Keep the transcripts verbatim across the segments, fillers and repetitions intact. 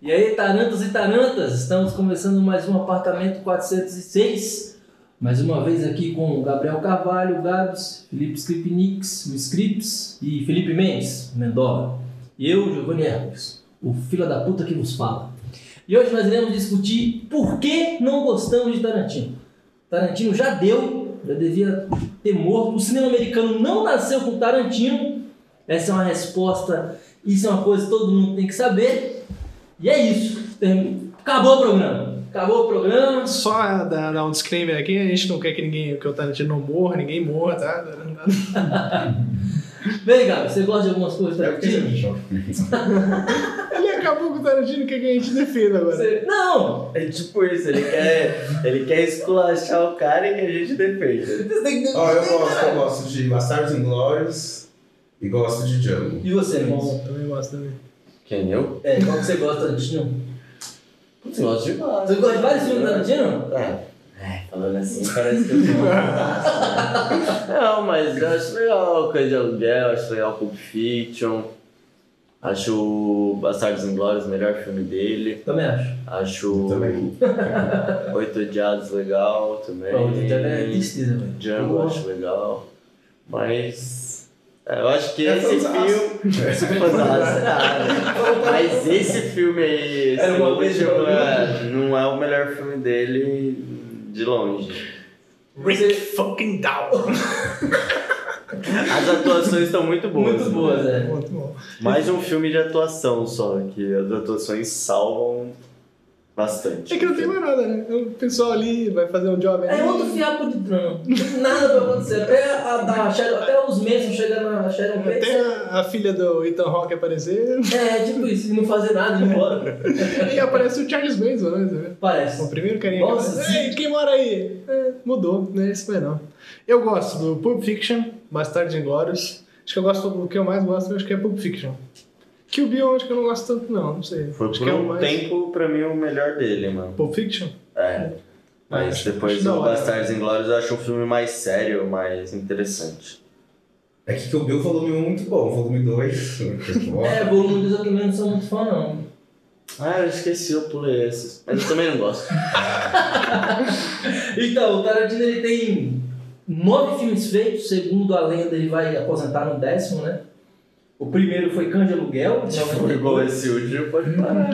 E aí, tarantas e tarantas, estamos começando mais um Apartamento quatrocentos e seis. Mais uma vez aqui com o Gabriel Carvalho, o Gabs, Felipe Skripnix, o Scripps e Felipe Mendes, Mendola. E eu, Giovanni Hermes, o filho da puta que vos fala. E hoje nós iremos discutir por que não gostamos de Tarantino. Tarantino já deu, já devia ter morto. O cinema americano não nasceu com Tarantino. Essa é uma resposta, isso é uma coisa que todo mundo tem que saber. E é isso. Acabou o programa. Acabou o programa. Só dar, dar um disclaimer aqui, a gente não quer que ninguém, que o Tarantino não morra, ninguém morra, tá? Vem, Gabi, você gosta de algumas coisas do Tarantino? Ele acabou com o Tarantino, quer que a gente defenda agora? Você... Não! É tipo isso, ele quer, ele quer esculachar o cara e que a gente defenda. Ó, eu gosto, eu gosto de Bastardos Inglórios e gosto de Django. E você, Mendes? Bom, também gosto também. Quem, eu? É, qual que você gosta, Tarantino? Putz, eu gosto de vários. Você gosta de vários filmes do Tarantino? É. É, falando assim parece que eu tenho uma... Não, mas eu acho legal Cães de Aluguel, acho legal Pulp Fiction. Acho o Bastardos Inglórios o melhor filme dele. Também acho. Acho Também. Oito Odiados legal também. Pô, o Django é tristeza, velho. Django eu acho legal. Mas... eu acho que É esse fantástico. filme... Fantástico. Mas esse filme aí, esse Era uma vez de último, Hollywood. é, não é o melhor filme dele de longe. Rick fucking down. As atuações estão muito boas. Muito boas, né? é. Muito bom. Mais um filme de atuação só, que as atuações salvam bastante. É que não tem mais nada, né? O pessoal ali vai fazer um job ali. É outro fiapo de drama. Não tem nada pra acontecer. Até, a, a Sharon, até os Mason chegando na Sharon Tate. Até a, a filha do Ethan Hawke aparecer. É, tipo isso, e não fazer nada, ir embora. E aparece o Charles Manson, né? Você vê? Parece. O primeiro carinha Nossa, que aparece. Ei, quem mora aí? É, mudou, né? Isso não é não. Eu gosto do Pulp Fiction, Bastardos Inglórios. Acho que eu gosto, o que eu mais gosto, eu acho que é Pulp Fiction. Kill Bill, acho que eu não gosto tanto, não, não sei. Foi acho por que é o um mais... tempo, pra mim, o melhor dele, mano. Pulp Fiction? É. Mas Acho- depois acho da do hora. Bastardos Inglórios eu acho um filme mais sério, mais interessante. É que o Bill volume um é muito bom, volume dois. É, volume dois eu também não sou muito fã, não. Ah, eu esqueci, eu pulei esses. Mas eu também não gosto. Então, o Tarantino ele tem nove filmes feitos, segundo a lenda ele vai aposentar no décimo, né? O primeiro foi Cães de Aluguel, de Se for noventa e igual dois. esse último, pode parar.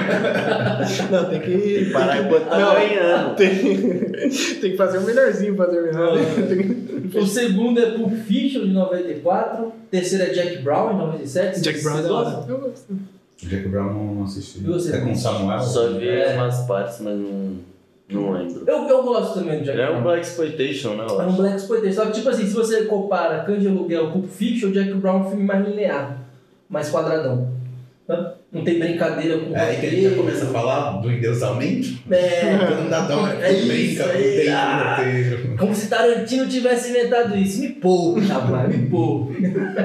Não, tem que... Tem que parar enquanto tá Não, ganhando. Tem, tem que fazer o melhorzinho pra terminar. né? Tem- O segundo é Pulp Fiction, de noventa e quatro. O terceiro é Jack Brown, de noventa e sete. Jack Brown é Vocês da hora. gostam? Eu gosto. Jack Brown não assisti. E você? É com Samuel? Só vi É. umas partes, mas não, não lembro. Eu, eu gosto também do Jack Ele é Brown. um Black Exploitation, né? eu É um acho. Black Exploitation. Só que, tipo assim, se você compara Cães de Aluguel, Pulp Fiction, Jack Brown é um filme mais linear, mais quadradão. Né? Não tem brincadeira com É aí que a gente já começa a falar do endeusamento. É, Todo mundo adora, É isso, brinca, é tem isso. um roteiro. como se Tarantino tivesse inventado isso. Me poupe, rapaz, me poupe.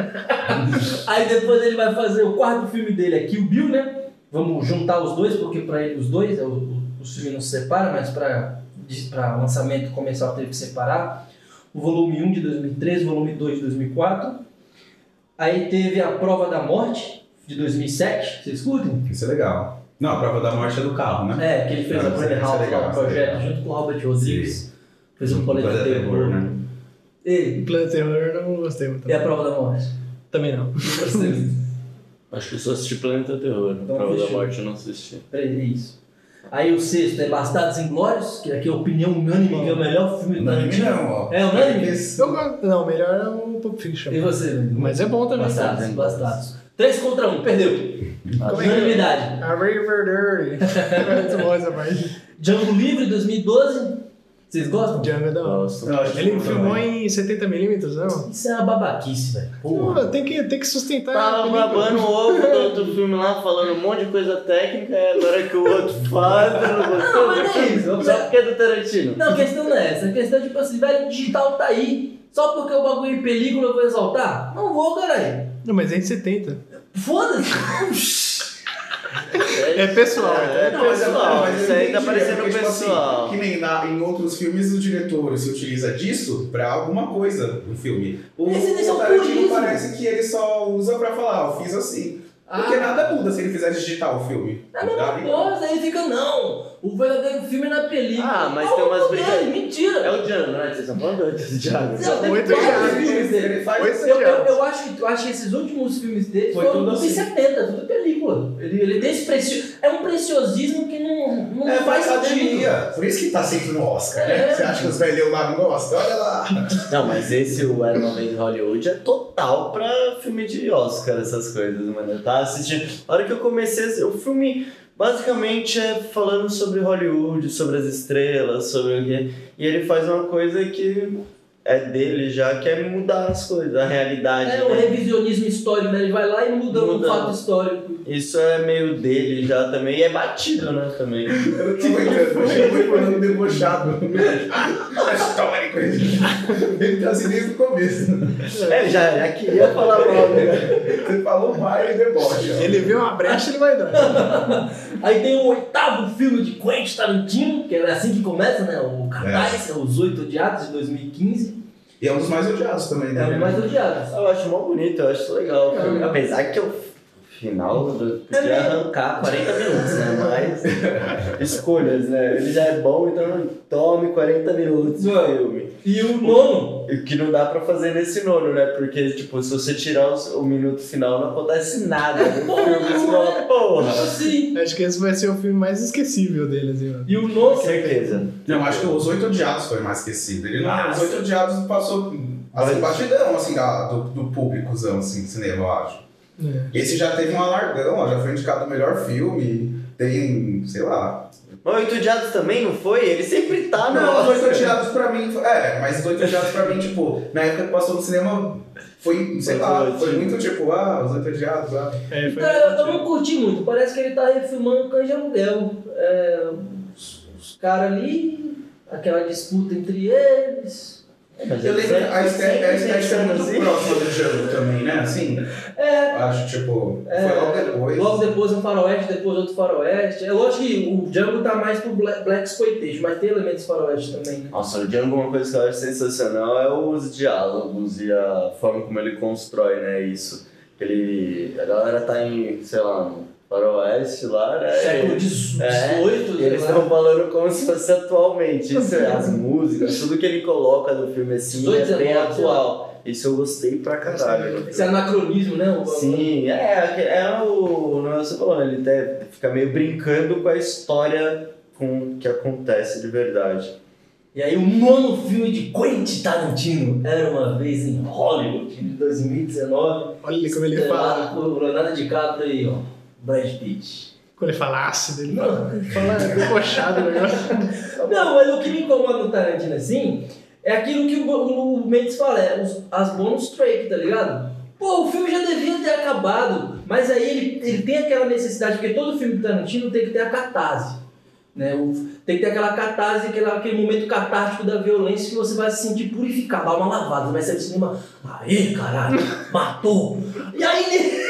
Aí depois ele vai fazer o quarto filme dele, é Kill Bill, né? Vamos juntar os dois, porque pra ele os dois, o, o, o filme não se separa, mas pra, pra lançamento comercial teve que separar. O volume um de dois mil e treze, o volume dois de dois mil e quatro. Aí teve A Prova da Morte, de dois mil e sete, vocês curtem? Isso é legal. Não, a prova da morte é do carro, né? É, que ele fez Não, a isso é- Planet isso é House, legal, lá, o isso é projeto, legal. junto com o Robert Rodrigues. Fez um planeta Planeta terror, Terror, né? né? E, Planet Terror eu não gostei muito. e A Prova da Morte? Também não. Vocês? Acho que eu só assisti Planeta Terror. Então, Prova da fechou. Morte eu não assisti. É isso. Aí o sexto é Bastardos Inglórios, que aqui é a opinião unânime que é o melhor filme do Unânime Tarantino. não, ó. É unânime? Esse- Eu gosto. Não, o melhor é o Pulp Fiction. E você, velho? Mas é bom também. Bastardos, tá? Bastardos. Três contra um, perdeu. Como é que é? Unanimidade. A River Dirty. Muito bom essa parte. Django Livre, dois mil e doze. Vocês gostam? Django é da hora. Gosto. Eu acho que Ele não filmou também. em setenta milímetros, não? Isso é uma babaquice, velho. Porra. Pô, tem que, tem que sustentar. a Tava película. babando o ovo do outro filme lá, falando um monte de coisa técnica, e agora que o outro faz, eu não gostou. Não, mas não é isso. Só porque é do Tarantino. Não, a questão não é essa. A questão é tipo assim, velho, o digital tá aí. Só porque o bagulho em película eu vou exaltar? Não vou, caralho. Não, mas é em setenta. Foda-se. É pessoal. É, é Não, mas é- pessoal. mas eu Isso aí tá entendi, parecendo porque, tipo pessoal. assim, que nem na- em outros filmes o diretor se utiliza disso pra alguma coisa no filme. O, Esse- esse é o um Tarantino purismo. parece que ele só usa pra falar, ah, eu fiz assim. Porque nada muda se ele fizer digital o filme. É a mesma coisa, aí fica, não, o verdadeiro filme é na película. Ah, mas Qual tem umas o poder? brincadeiras. Mentira. É o Django, né? Vocês estão falando antes do Django. Não, tem Oito vários Django. filmes dele. Ele faz Oito Eu, eu, Django. eu, acho, eu acho que esses últimos filmes dele Foi foram tudo tudo em assim. setenta, tudo película. Ele, ele tem esse precio... É um preciosismo que não, não É, faz faz sentido. academia. Por isso que tá sempre no Oscar, É. né? Você acha que os velhos lá não gostam? Olha lá. Não, mas esse, o Era Uma Vez em Hollywood, é total pra filme de Oscar, essas coisas, mano. Eu tava assistindo. A hora que eu comecei, a- o filme basicamente é falando sobre Hollywood, sobre as estrelas, sobre o que. E ele faz uma coisa que é dele já, que é mudar as coisas, a realidade. É um né? revisionismo histórico, né? Ele vai lá e muda, Muda. um fato histórico. Isso é meio dele já também, e é batido, né, também. Eu não tô aguentando. Eu achei muito falando debochado. É histórico. Ele tá assim desde o começo. É, já, já queria falar mal, né? Você falou mais e deboche. ó. Ele vê uma brecha, ele vai dar. Aí tem o oitavo filme de Quentin Tarantino, que é assim que começa, né? O cartaz, é. Os Oito Odiados de dois mil e quinze. E é um dos mais odiados também, É né? o mais odiado. Eu acho mó bonito, eu acho legal. o filme. É. Apesar que o final do- podia arrancar quarenta minutos, né? Mas escolhas, né? Ele já é bom, então tome quarenta minutos de filme. E o nono, O que não dá pra fazer nesse nono, né? Porque, tipo, se você tirar os- o minuto final, não acontece nada no filme. Você fala, porra! assim. Acho que esse vai ser o filme mais esquecível dele, assim, mano. E o Com nono, certeza. Não, acho que Os Oito Odiados foi mais esquecido. Ele não, Nossa. Os Oito Odiados passou assim, batidão assim, da- do, do públicozão, assim, cinema, eu acho. É. Esse já teve um alargão, ó, já foi indicado o melhor filme. Tem, sei lá. Mas Oito Odiados também, não foi? Ele sempre tá no Não, Os Oito Oscar. Odiados pra mim. foi- É, mas Os Oito Odiados pra mim, tipo, na época que passou no cinema, foi, sei Foi lá, ótimo. foi muito tipo, ah, Os Oito Odiados, ah. É, foi... eu, eu não curti muito. Parece que ele tá refilmando Cães de Aluguel. É, os os caras ali, aquela disputa entre eles. Mas Eu ele lembro, sempre- a estética, a sempre estética é pensando muito assim. próxima do Django também, né? Assim, É, acho, tipo, É, foi logo depois. Logo depois um faroeste, depois outro faroeste. É lógico que o Django tá mais pro Black, Black Exploitation, mas tem elementos faroeste também, né? Nossa, o Django, uma coisa que eu acho sensacional é os diálogos e a forma como ele constrói, né, isso. Que ele, a galera tá em, sei lá, no faroeste lá, né? Século É, dezoito, e eles sei lá. estão falando como se fosse atualmente. Isso é, as músicas, tudo que ele coloca no filme assim é dezoito, bem dezenove, atual. Isso eu gostei pra caralho. Esse anacronismo, né? O- Sim, é, é o. Não é você falando, ele até fica meio brincando com a história com, que acontece de verdade. E aí o nono filme de Quentin Tarantino, Era Uma Vez em Hollywood, de dois mil e dezenove. Olha como ele estrelado fala. por Leonardo DiCaprio e ó, Brad Pitt. Quando ele fala ácido, ele Não. fala, ele fala debochado o negócio. Não, mas o que me incomoda no Tarantino assim é aquilo que o, o, o Mendes fala, é os, as bonus track, tá ligado? Pô, o filme já devia ter acabado, mas aí ele, ele tem aquela necessidade, porque todo filme do Tarantino tem que ter a catarse. Né? O, tem que ter aquela catarse, aquele, aquele momento catártico da violência que você vai se sentir purificado, dá uma lavada, você vai sair do cinema, aê caralho, matou! E aí ele.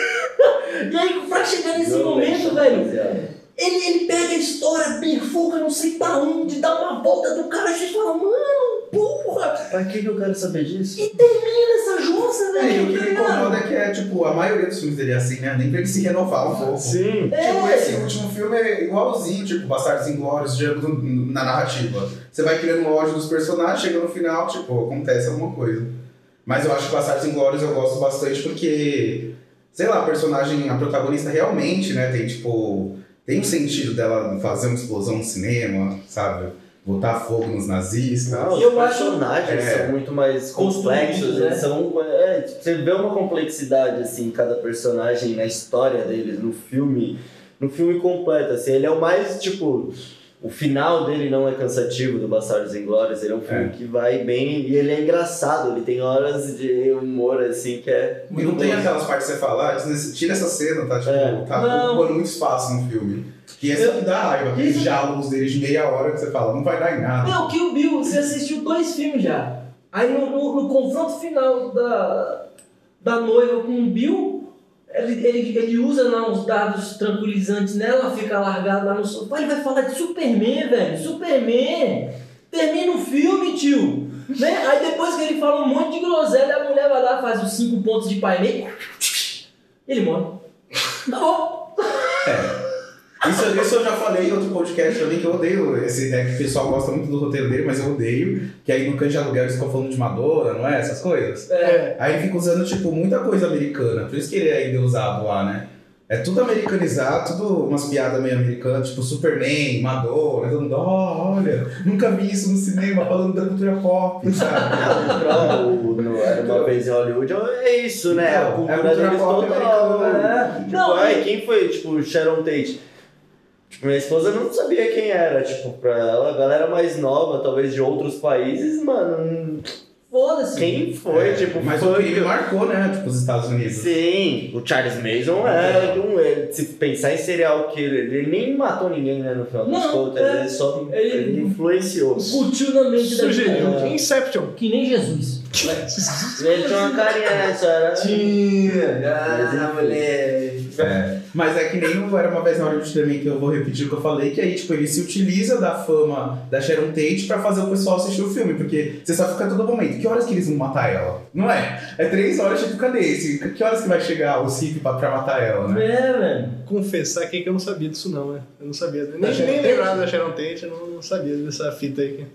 E aí, pra chegar nesse momento, velho, ele, ele pega a história, bifurca não sei pra onde, dá uma volta do cara, a gente fala, mano, porra! Pra que que eu quero saber disso? E termina essa jossa, É, e velho. o que tá me ligado? incomoda é que é, tipo, a maioria dos filmes dele é assim, né? Nem pra ele se renovar um pouco. Sim. Tipo, É. esse último filme é igualzinho, tipo, Bastardos Inglórios, Django no- na narrativa. Você vai criando um ódio dos personagens, chega no final, tipo, acontece alguma coisa. Mas eu acho que Bastardos Inglórios eu gosto bastante porque, sei lá, a personagem, a protagonista realmente, né, tem, tipo, tem um sentido dela fazer uma explosão no cinema, sabe? Botar fogo nos nazistas. Não, Eu os acho- personagens é. são muito mais Construídos, complexos, né? eles são, é, tipo, você vê uma complexidade assim, em cada personagem, na história deles, no filme, no filme completo, assim, ele é o mais, tipo, o final dele não é cansativo do Bastardos Inglórios, ele é um filme É. que vai bem, e ele é engraçado, ele tem horas de humor, assim, que é... E não tem aquelas partes que você fala, ah, desnece- tira essa cena, tá? Tipo, É. tá Não. ocupando muito espaço no filme. E esse é que dá raiva, aqueles Isso- diálogos deles de meia hora que você fala, não vai dar em nada. Não, Kill Bill, você assistiu dois filmes já. Aí no, no- no confronto final da, da noiva com o Bill, ele, ele, ele usa lá uns dados tranquilizantes nela, ela fica largada lá no sofá, ele vai falar de Superman, velho, Superman. Termina o filme, tio. Né? Aí depois que ele fala um monte de groselha, a mulher vai lá, faz os cinco pontos de pai meio, ele morre. Tá bom. É. Isso, isso eu já falei em outro podcast também, que eu odeio esse, né, que o pessoal gosta muito do roteiro dele, mas eu odeio, que aí no Cães de Aluguel eles ficam falando de Madonna, não é? Essas coisas. É. Aí fica usando, tipo, muita coisa americana, por isso que ele é ainda usado lá, né? É tudo americanizado, tudo umas piadas meio americanas, tipo Superman, Madonna, todo mundo, oh, olha, nunca vi isso no cinema, falando da cultura pop, sabe? O, no, era uma vez em Hollywood, é isso, né? Então, a cultura, é a cultura deles pop total, americana. né? Tipo, Não, ai, quem foi, tipo, Sharon Tate? Tipo, minha esposa não sabia quem era, tipo, pra ela, a galera mais nova, talvez de outros países, mano, Foda-se. quem foi, É, tipo, mas foi... o crime marcou, né, tipo, os Estados Unidos. Sim, o Charles Manson é um, ele, se pensar em serial killer, ele nem matou ninguém, né, no final das Não, contas, é. ele só Ele- ele influenciou. Curtiu na mente da Sugeriu. gente. Inception. Que nem Jesus. Ele tinha uma carinha, né, só era... Tinha, ah, moleque. É, mas é que nem o Era Uma Vez na Hollywood também, que eu vou repetir o que eu falei, que aí, tipo, ele se utiliza da fama da Sharon Tate pra fazer o pessoal assistir o filme, porque você só fica a todo momento, que horas que eles vão matar ela? Não é? É três horas, tipo, cadê esse? Que horas que vai chegar o Cip pra, pra matar ela, né? É, velho. Confessar aqui que eu não sabia disso não, né? Eu não sabia. Da Nem, Sharon nem Tate? lembrava da Sharon Tate, eu não, não sabia dessa fita aí. Aqui.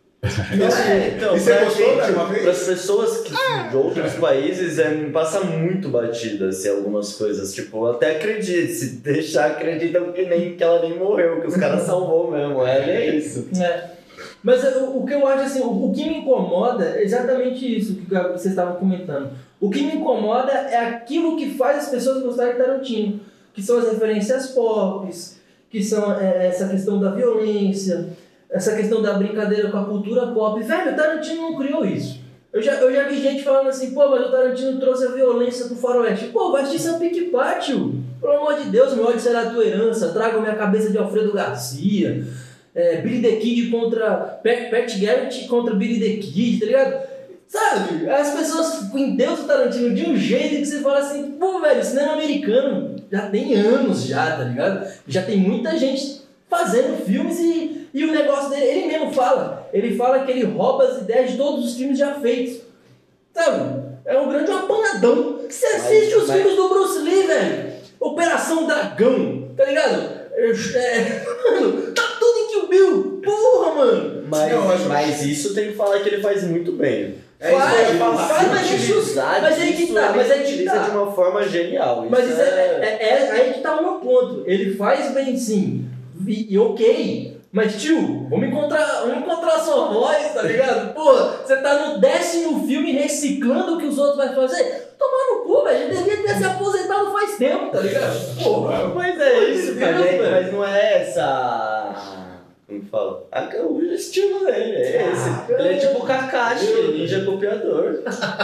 É, então, E você pra gostou, gente, né, uma vez? para as pessoas que, de outros países, é, passa muito batida assim, algumas coisas. Tipo, até acredito, se deixar, acreditam que, nem, que ela nem morreu, que os caras salvou mesmo. É, é isso. É. Mas o, o que eu acho assim, o, o que me incomoda é exatamente isso que vocês estavam comentando. O que me incomoda é aquilo que faz as pessoas gostarem de Tarantino, que são as referências pop, que são é, essa questão da violência, essa questão da brincadeira com a cultura pop. Velho, o Tarantino não criou isso. Eu já, eu já vi gente falando assim, pô, mas o Tarantino trouxe a violência pro faroeste. Pô, vai assistir Sam Peckinpah, tio. Pelo amor de Deus, meu ódio será a tua herança. Traga minha cabeça de Alfredo Garcia. É, Billy the Kid contra... Pat, Pat Garrett contra Billy the Kid, tá ligado? Sabe? As pessoas endeusam o Tarantino de um jeito que você fala assim, pô, velho, cinema americano já tem anos já, tá ligado? Já tem muita gente fazendo filmes e, e o negócio dele, ele mesmo fala. Ele fala que ele rouba as ideias de todos os filmes já feitos. Sabe? É um grande apanhadão. Você assiste Mas- os mas- filmes do Bruce Lee, velho. Operação Dragão, tá ligado? É, é, mano, tá tudo em Kill Bill. Porra, mano. Mas, Eu acho- mas isso tem que falar que ele faz muito bem. É isso que eu ia Faz, falar. faz, mas isso- Utilizar mas aí que disso, tá, ele mas aí que utiliza tá. de uma forma genial. Isso Mas isso é, é... é, é aí que tá o meu ponto. Ele faz bem sim. E, e ok. Mas, tio, vamos encontrar, vamos encontrar a sua voz, tá ligado? Pô, você tá no décimo filme reciclando o que os outros vão fazer. Tomar no cu, velho. Ele devia ter se aposentado faz tempo, tá ligado? Porra. Mas é isso, Deus, cara. velho. Mas não é essa... Como que fala? A- O estilo dele é esse. Ah, Ele é tipo o Kakashi, ninja copiador.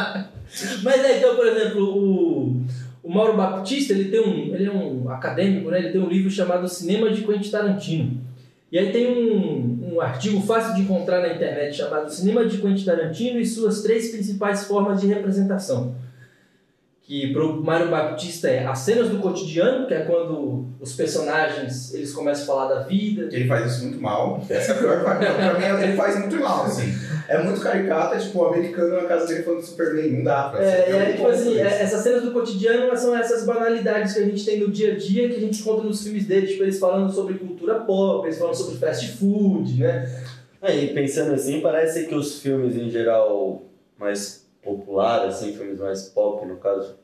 Mas é, então, por exemplo, o, o Mauro Baptista, ele tem um, ele é um acadêmico, né? Ele tem um livro chamado Cinema de Quentin Tarantino. E aí tem um, um artigo fácil de encontrar na internet chamado Cinema de Quentin Tarantino e suas três principais formas de representação. Que para o Mário Baptista é as cenas do cotidiano, que é quando os personagens eles começam a falar da vida. Ele faz isso muito mal. Essa é a pior parte. Não, pra mim, ele faz muito mal, assim. É muito caricato, é tipo o americano na casa dele falando de Superman. Não dá pra É, ser. e aí, Eu tipo não assim, consigo é, isso. essas cenas do cotidiano são essas banalidades que a gente tem no dia a dia, que a gente encontra nos filmes deles, tipo, eles falando sobre cultura pop, eles falando sobre fast food, né? Aí, pensando assim, parece que os filmes em geral mais populares, assim, filmes mais pop, no caso,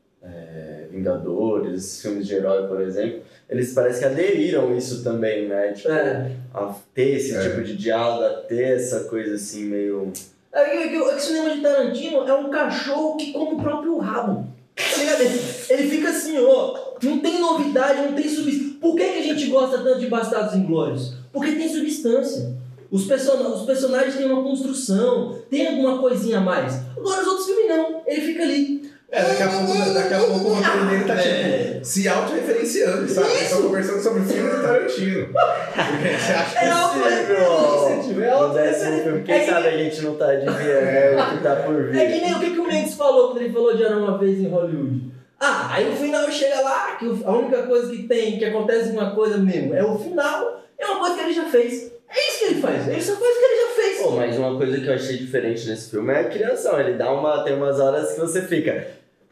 é, Vingadores, filmes de herói, por exemplo, eles parecem que aderiram isso também, né? Tipo, É. a ter esse É. tipo de diálogo, a ter essa coisa assim meio... É que, é que o é que o cinema de Tarantino é um cachorro que come o próprio rabo. Tá ligado? Ele, ele fica assim, ó, não tem novidade, não tem substância. Por que, que a gente gosta tanto de Bastardos Inglórios? Porque tem substância. Os, person os personagens têm uma construção, tem alguma coisinha a mais. Agora os outros filmes não, ele fica ali. É, daqui a pouco, daqui a pouco o roteiro dele tá tipo, se autorreferenciando, sabe? Eles estão conversando sobre o filme do Tarantino. Porque você acha que É autorreferência, é No décimo filme, quem É que- sabe a gente não tá adivinhando o que tá por vir. É que nem o que, que o Mendes falou quando ele falou de Era Uma Vez em Hollywood. Ah, aí o final chega lá, que o- a única coisa que tem, que acontece uma coisa mesmo, é o final, é uma coisa que ele já fez. É isso que ele faz, ele só faz o que ele já fez. Pô, mas uma coisa que eu achei diferente nesse filme é a criação. Ele dá uma. Tem umas horas que você fica.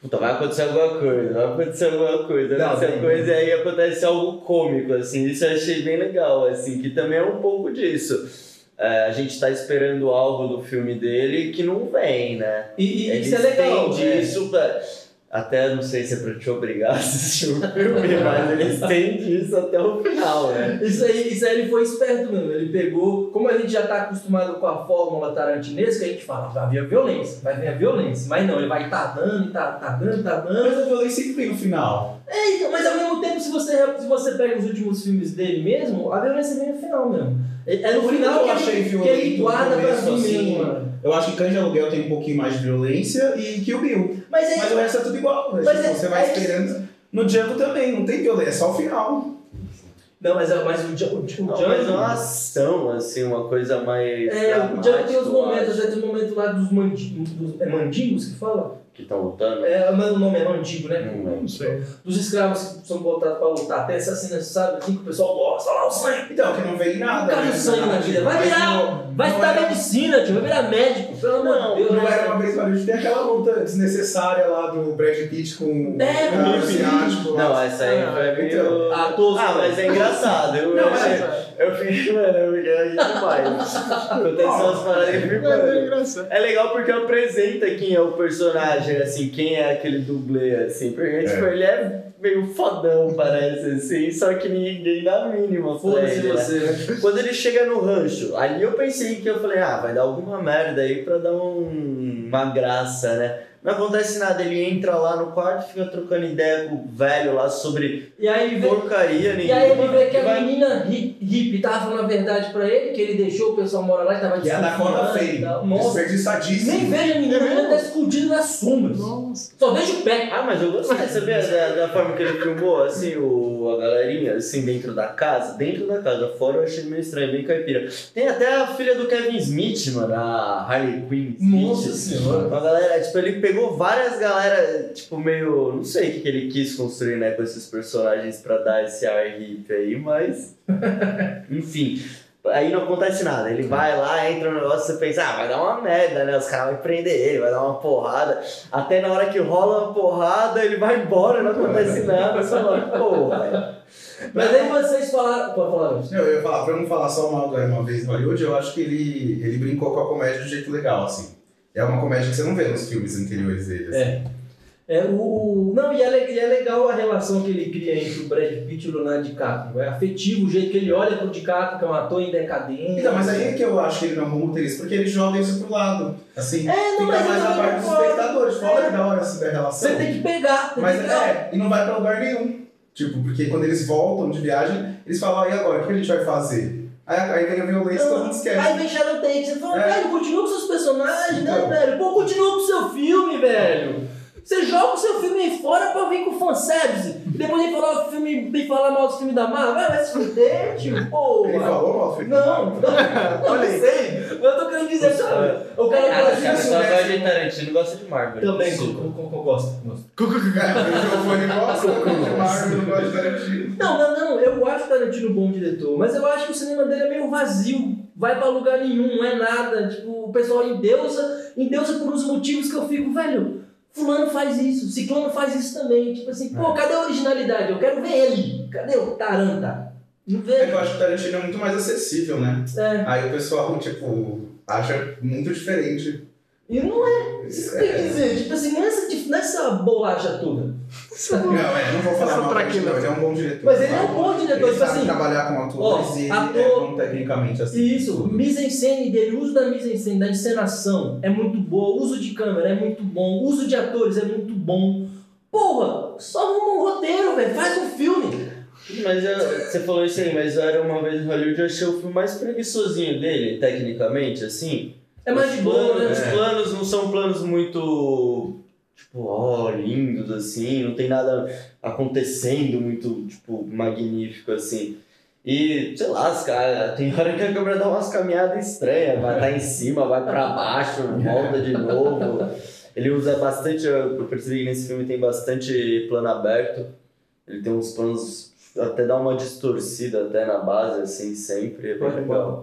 puta, vai acontecer alguma coisa, vai acontecer alguma coisa, vai Não, acontecer tem- alguma coisa, e aí acontece algo cômico, assim, isso eu achei bem legal, assim, que também é um pouco disso. É, a gente tá esperando algo do filme dele que não vem, né? E, e Ele isso é legal. estende é. isso pra... Até não sei se é pra te obrigar a assistir o filme, mas ele estende isso até o final, né? Isso aí, isso aí ele foi esperto mesmo. Ele pegou, como a gente já tá acostumado com a fórmula tarantinesca, a gente fala, vai vir a violência, vai vir a violência. Mas não, ele vai tá dando, tá, tá dando, tá dando. Mas a violência sempre vem no final. É, então, mas ao mesmo tempo, se você, se você pega os últimos filmes dele mesmo, a violência vem no final mesmo. É é no Por isso final que que eu achei ele, que violento ele no guarda pra começo, si assim. mesmo, mano. Eu acho que Cães de Aluguel tem um pouquinho mais de violência e Kill Bill. Mas é Mas o resto é tudo igual. Né? Mas Tipo, é- você vai é- esperando. No Django também, não tem violência, é só o final. Não, mas, é- mas o, Dja- o, o Não, Django... mas uma ação, assim, uma coisa mais. É, o Django tem os dramática, momentos, eu já tem o momento lá dos, mandi, dos é mandingos que fala? que estão lutando. É, mas o nome é antigo, né? Não Não sei. Dos escravos que são botados pra lutar. Tem essa cena, sabe, assim, que o pessoal gosta, olha lá o sangue. Então, que não vem nada. Nunca né, viu sangue na vida. Vai Mas virar, não- vai não estudar era- medicina, tio, vai virar médico, pelo amor Não, de Deus. Não né? era uma vez em Hollywood, tem aquela luta desnecessária lá do Brad Pitt com É, o mano, asiático lá. Não, essa aí foi meio. Então. Ah, tosco, Ah, mas é engraçado. Eu, Não, eu, mas- eu fiquei, mano, eu fiquei ri demais. Aconteceu umas paradas que eu fico, Mas é mano. engraçado. É legal porque apresenta quem é o personagem, assim, quem é aquele dublê, assim. Porque, tipo, ele é meio fodão, parece, assim, só que ninguém dá a mínima pra Foda-se ele, né? você, né? Quando ele chega no rancho, ali eu pensei que eu falei, ah, vai dar alguma merda aí pra dar um- uma graça, né? Não acontece nada, ele entra lá no quarto, fica trocando ideia com o velho lá sobre E aí ele vê, porcaria e nenhuma. aí ele vê que a vai- menina hi- hippie tava falando a verdade pra ele, que ele deixou o pessoal morar lá e tava Que é a Dakota desconfiando e Faye. tal. Nossa, Desperdiçadíssimo. nem vejo a menina, a menina tá escondida nas sombras. Nossa. Só vejo o pé. Ah, mas eu gostei, sabia, da, da forma que ele filmou, assim, o, a galerinha, assim, dentro da casa, dentro da casa, fora eu achei meio estranho, bem caipira. Tem até a filha do Kevin Smith, mano, a Harley Quinn Smith. Nossa senhora. Uma galera, tipo, ele pegou várias galera, tipo, meio, não sei o que, que ele quis construir, né, com esses personagens pra dar esse ar hippie aí, mas, enfim. Aí não acontece nada, ele vai lá, entra no negócio, você pensa, ah, vai dar uma merda, né? Os caras vão prender ele, vai dar uma porrada. Até na hora que rola uma porrada, ele vai embora, não acontece nada. Você fala, porra. Mas aí vocês falaram. Pode falar, Lúcio. Não, eu ia falar, pra não falar só mal do Era Uma Vez em Hollywood, eu acho que ele, ele brincou com a comédia de um jeito legal, assim. É uma comédia que você não vê nos filmes anteriores dele, assim. É. É, o, o- não, e é, le- e é legal a relação que ele cria entre o Brad Pitt e o Leonardo DiCaprio. É afetivo o jeito que ele olha pro DiCaprio, que é um ator em decadência. Então, mas aí é que eu acho que ele não é um bom roteirista, porque ele joga isso pro lado. Assim, É, não, fica mas mais eu na também parte dos concordo. espectadores. Tipo, olha que da hora essa relação. Você tem que pegar, tem Mas que pegar. é, e não vai pra lugar nenhum. Tipo, porque quando eles voltam de viagem, eles falam, ah, e agora, o que a gente vai fazer? Aí, aí vem a violência e todo mundo esquece. Aí vem Shadow Tate, você fala, É. velho, continua com seus personagens, né, Então. velho? Pô, continua com o seu filme, velho. Você joga o seu filme aí fora pra vir com fanservice. E depois vem falar, o filme, vem falar mal do filme da Marvel. Vai, vai se fuder, tio, porra. Ele falou mal do filme? Não, não, não sei. Mas eu tô querendo dizer, sabe? O cara fala assim, cara, isso, só né? gosta de Tarantino, gosta de Marvel. Também, Impossível. com, com, com, gosto, gosto. É, o Giovanni gosta, o Marvel não gosta de Tarantino. Não, não, não, eu acho o Tarantino um bom diretor, mas eu acho que o cinema dele é meio vazio, vai pra lugar nenhum, não é nada, tipo, o pessoal endeusa, endeusa por uns motivos que eu fico, velho, fulano faz isso, ciclano faz isso também, tipo assim, pô, cadê a originalidade? Eu quero ver ele, cadê o Taranta? Não É que vejo. eu acho que o Tarantino é muito mais acessível, né? É, Aí o pessoal, tipo, acha muito diferente. e não é, isso que eu quero dizer, tipo assim, nessa, nessa bolacha toda. Não, é, não vou falar Essa mal do traquina. Tarantino, ele é um bom diretor. Mas ele é um sabe? bom diretor, Ele tipo sabe assim, trabalhar com atores ó, e ele ator- é bom tecnicamente, assim. Isso, mise-en-scène dele, o uso da mise-en-scène, da encenação é muito boa, o uso de câmera é muito bom, o uso de atores é muito bom. Porra, só arruma um roteiro, velho, faz um filme. Mas eu- você falou isso aí, mas Era Uma Vez em Hollywood, eu achei o filme mais preguiçosinho dele, tecnicamente, assim. É mais de Os boa, planos- né? Os planos não são planos muito, tipo, ó, lindos, assim, não tem nada acontecendo muito, tipo, magnífico, assim. E, sei lá, os caras, tem hora que a câmera dá umas caminhadas estranhas, vai tá em cima, vai pra baixo, volta de novo. Ele usa bastante, eu percebi que nesse filme tem bastante plano aberto, ele tem uns planos, até dá uma distorcida até na base, assim, sempre, é bem legal.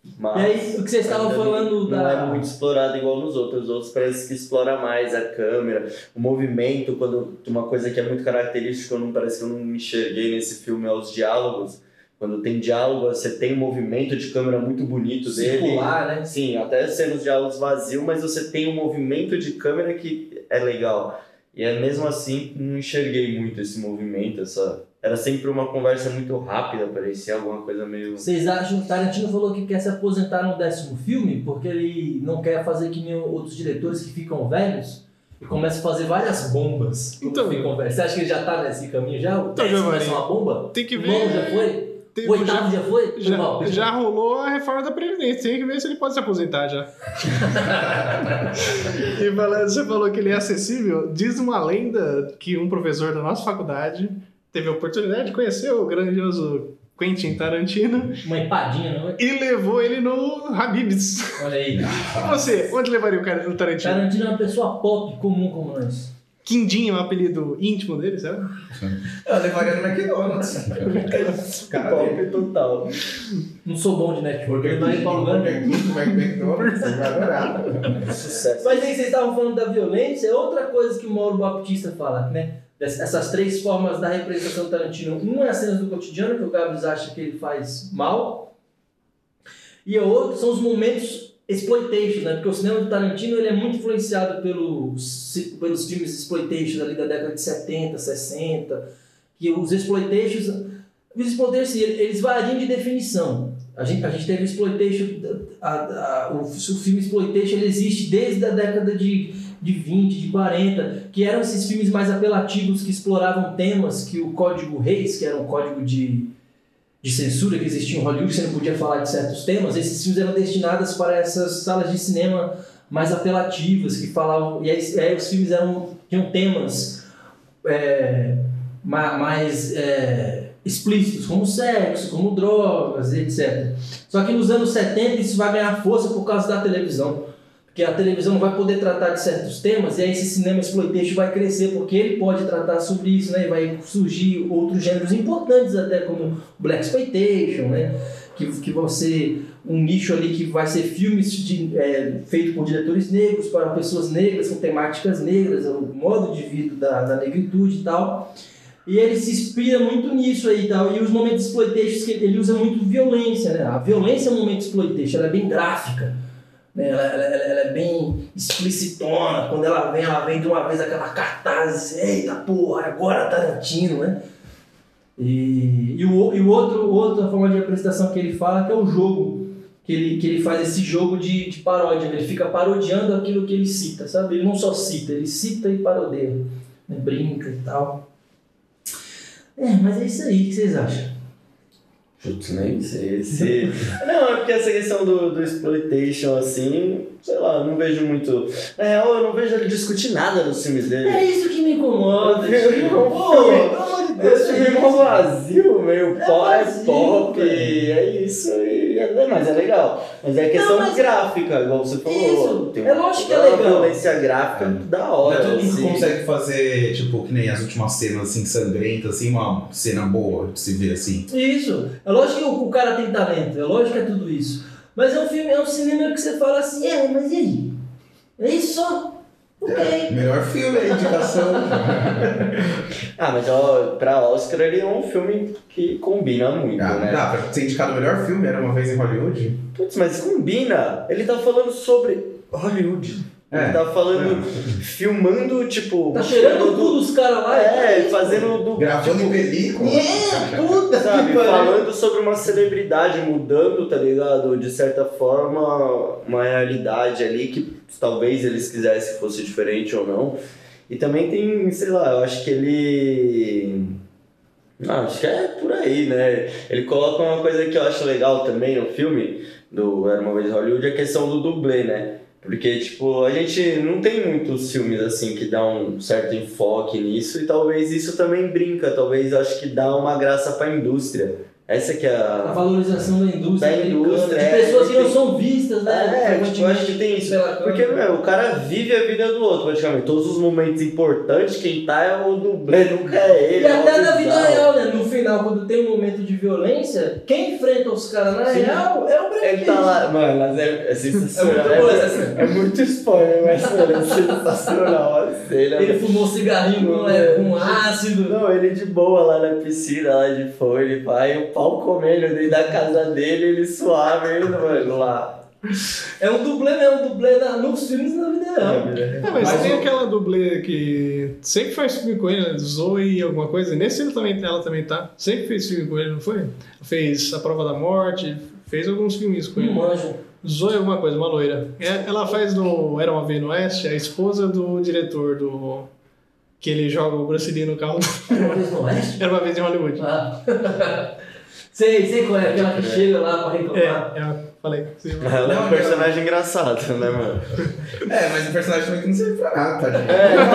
Mas E aí, o que vocês estavam ainda falando não, da... não é muito explorado igual nos outros. Os outros parece que explora mais a câmera, o movimento. Quando uma coisa que é muito característica, eu não, parece que eu não me enxerguei nesse filme, é os diálogos. Quando tem diálogo, você tem um movimento de câmera muito bonito dele. Circular, né? Sim, até sendo os diálogos vazios, mas você tem um movimento de câmera que é legal. E é mesmo assim, não enxerguei muito esse movimento, essa... Era sempre uma conversa muito rápida, parecia alguma coisa meio... Vocês acham que o Tarantino falou que quer se aposentar no décimo filme porque ele não quer fazer que nem outros diretores que ficam velhos e começam a fazer várias bombas quando Então, ficam velhos? Você acha que ele já tá nesse caminho já? O Então, décimo vai Giovanni, ser uma bomba? tem que O ver- nono já foi? Tem- O oitavo já, foi? Foi Já, mal. já rolou a reforma da Previdência, tem que ver se ele pode se aposentar já. E falando, você falou que ele é acessível. Diz uma lenda que um professor da nossa faculdade teve a oportunidade de conhecer o grandioso Quentin Tarantino Uma empadinha, não é? e levou ele no Habib's. Olha aí. E você, onde levaria o cara do Tarantino? Tarantino é uma pessoa pop, comum como nós. Quindinho é um apelido íntimo dele, sabe? Eu levaria no McDonald's. Cara, Top total. Não sou bom de network, Burger eu não ia pra lugar Burger nenhum. King, McDonald's, você vai adorar. Sucesso. Mas aí vocês estavam falando da violência, é outra coisa que o Mauro Baptista fala, né? Essas três formas da representação do Tarantino. Uma é as cenas do cotidiano, que o Gabs acha que ele faz mal. E a outra são os momentos exploitation, né? Porque o cinema do Tarantino ele é muito influenciado pelos, pelos filmes exploitation ali da década de setenta, sessenta, que os exploitations, os exploitations eles variam de definição. A gente, a gente teve exploitation, a, a, o, o filme exploitation ele existe desde a década de, de vinte, de quarenta, que eram esses filmes mais apelativos que exploravam temas que o Código Reis, que era um código de de censura que existia em Hollywood, você não podia falar de certos temas, esses filmes eram destinados para essas salas de cinema mais apelativas, que falavam, e aí, aí os filmes eram, tinham temas é, mais é, explícitos, como sexo, como drogas, etcétera. Só que nos anos setenta isso vai ganhar força por causa da televisão, porque a televisão não vai poder tratar de certos temas, e aí esse cinema exploitation vai crescer, porque ele pode tratar sobre isso, né? E vai surgir outros gêneros importantes, até como Black Exploitation, né? Que, que vão ser um nicho ali que vai ser filmes de, é, feitos por diretores negros, para pessoas negras, com temáticas negras, o modo de vida da, da negritude e tal. E ele se inspira muito nisso aí e tal. E os momentos exploitation, ele usa muito violência, né? A violência é um momento exploitation, ela é bem gráfica. Ela, ela, ela é bem explicitona, quando ela vem, ela vem de uma vez aquela cartaz, eita porra, agora Tarantino, né? E, e, o, e o outro, outra forma de apresentação que ele fala que é o jogo, que ele, que ele faz esse jogo de, de paródia, ele fica parodiando aquilo que ele cita, sabe? Ele não só cita, ele cita e parodeia, né? Brinca e tal. É, mas é isso aí, o que vocês acham? Putz, nem sei se... Não, é porque essa questão do, do exploitation, assim, sei lá, eu não vejo muito... Na real, eu não vejo ele discutir nada nos filmes dele. É isso que me incomoda, Eu tio. não- Pô, pelo amor de Deus, Esse filme é mó vazio, meio É pó, é vazio, pop, velho. é isso, e é, mas é legal. Mas é questão Não, mas- gráfica, igual você falou. Isso, Tem é uma- lógico que é uma legal. violência gráfica da Não hora. é todo mundo assim. que consegue fazer, tipo, que nem as últimas cenas assim, sangrentas, assim, uma cena boa de se ver assim. Isso. É lógico que o, o cara tem talento, é lógico que é tudo isso. Mas é um filme, é um cinema que você fala assim, é, mas e aí? É isso só? Ok. Melhor filme, a indicação. Ah, mas ó, pra Oscar ele é um filme que combina muito, Ah, né? dá pra ser indicado o melhor filme, era uma vez em Hollywood. Putz, mas combina. Ele tá falando sobre Hollywood. É, Ele tá falando, é. filmando, tipo... Tá cheirando o cu dos caras lá. É, e tá fazendo do... Gravando tipo, em película. É, puta sabe, que pariu. falando sobre uma celebridade mudando, tá ligado? De certa forma, uma realidade ali que talvez eles quisessem que fosse diferente ou não. E também tem, sei lá, eu acho que ele... Não, acho que é por aí, né? Ele coloca uma coisa que eu acho legal também no filme, do Era Uma Vez em Hollywood, a questão do dublê, né? Porque, tipo, a gente não tem muitos filmes, assim, que dão um certo enfoque nisso e talvez isso também brinca, talvez acho que dá uma graça pra indústria Essa que é A a... valorização da indústria, Da americana, indústria, de é, pessoas que não tem- são vistas, né? É, tipo, eu acho que tem isso. pela Porque, câmera. meu, o cara vive a vida do outro, praticamente. Todos os momentos importantes, quem tá é o dublê, nunca é ele. E é até uma na vida bizarro. real, né? No final, quando tem um momento de violência, quem enfrenta os caras na Sim. real é o Brad Ele Pitt. tá lá, mano, mas é, é sensacional. É muito boa essa cena. É muito spoiler, mas mano, é sensacional a cena. Ele fumou cigarrinho com, é, com ácido. Não, ele de boa lá na piscina, lá de fora, ele vai, o pau comendo dentro da casa dele, ele suave ainda, mano, lá. É um dublê mesmo, um dublê na, nos filmes e na vida real. É, mas, Mas tem o- aquela dublê que sempre faz filme com ele, né? Zoe alguma coisa. Nesse ele também, ela também tá. Sempre fez filme com ele, não foi? Fez A Prova da Morte, fez alguns filmes com ele. Não manjo. Zoe alguma coisa, uma loira. É, ela faz no Era Uma Vez no Oeste, a esposa do diretor do... Que ele joga o Bruce Lee no carro. Era uma vez no Oeste? Era Uma Vez em Hollywood. Ah. sei, sei qual é, aquela que chega lá pra É, reclamar. é, falei. Sim. Ela é um personagem engraçado, né, mano? É, mas o personagem também que não serve pra nada, tadinho.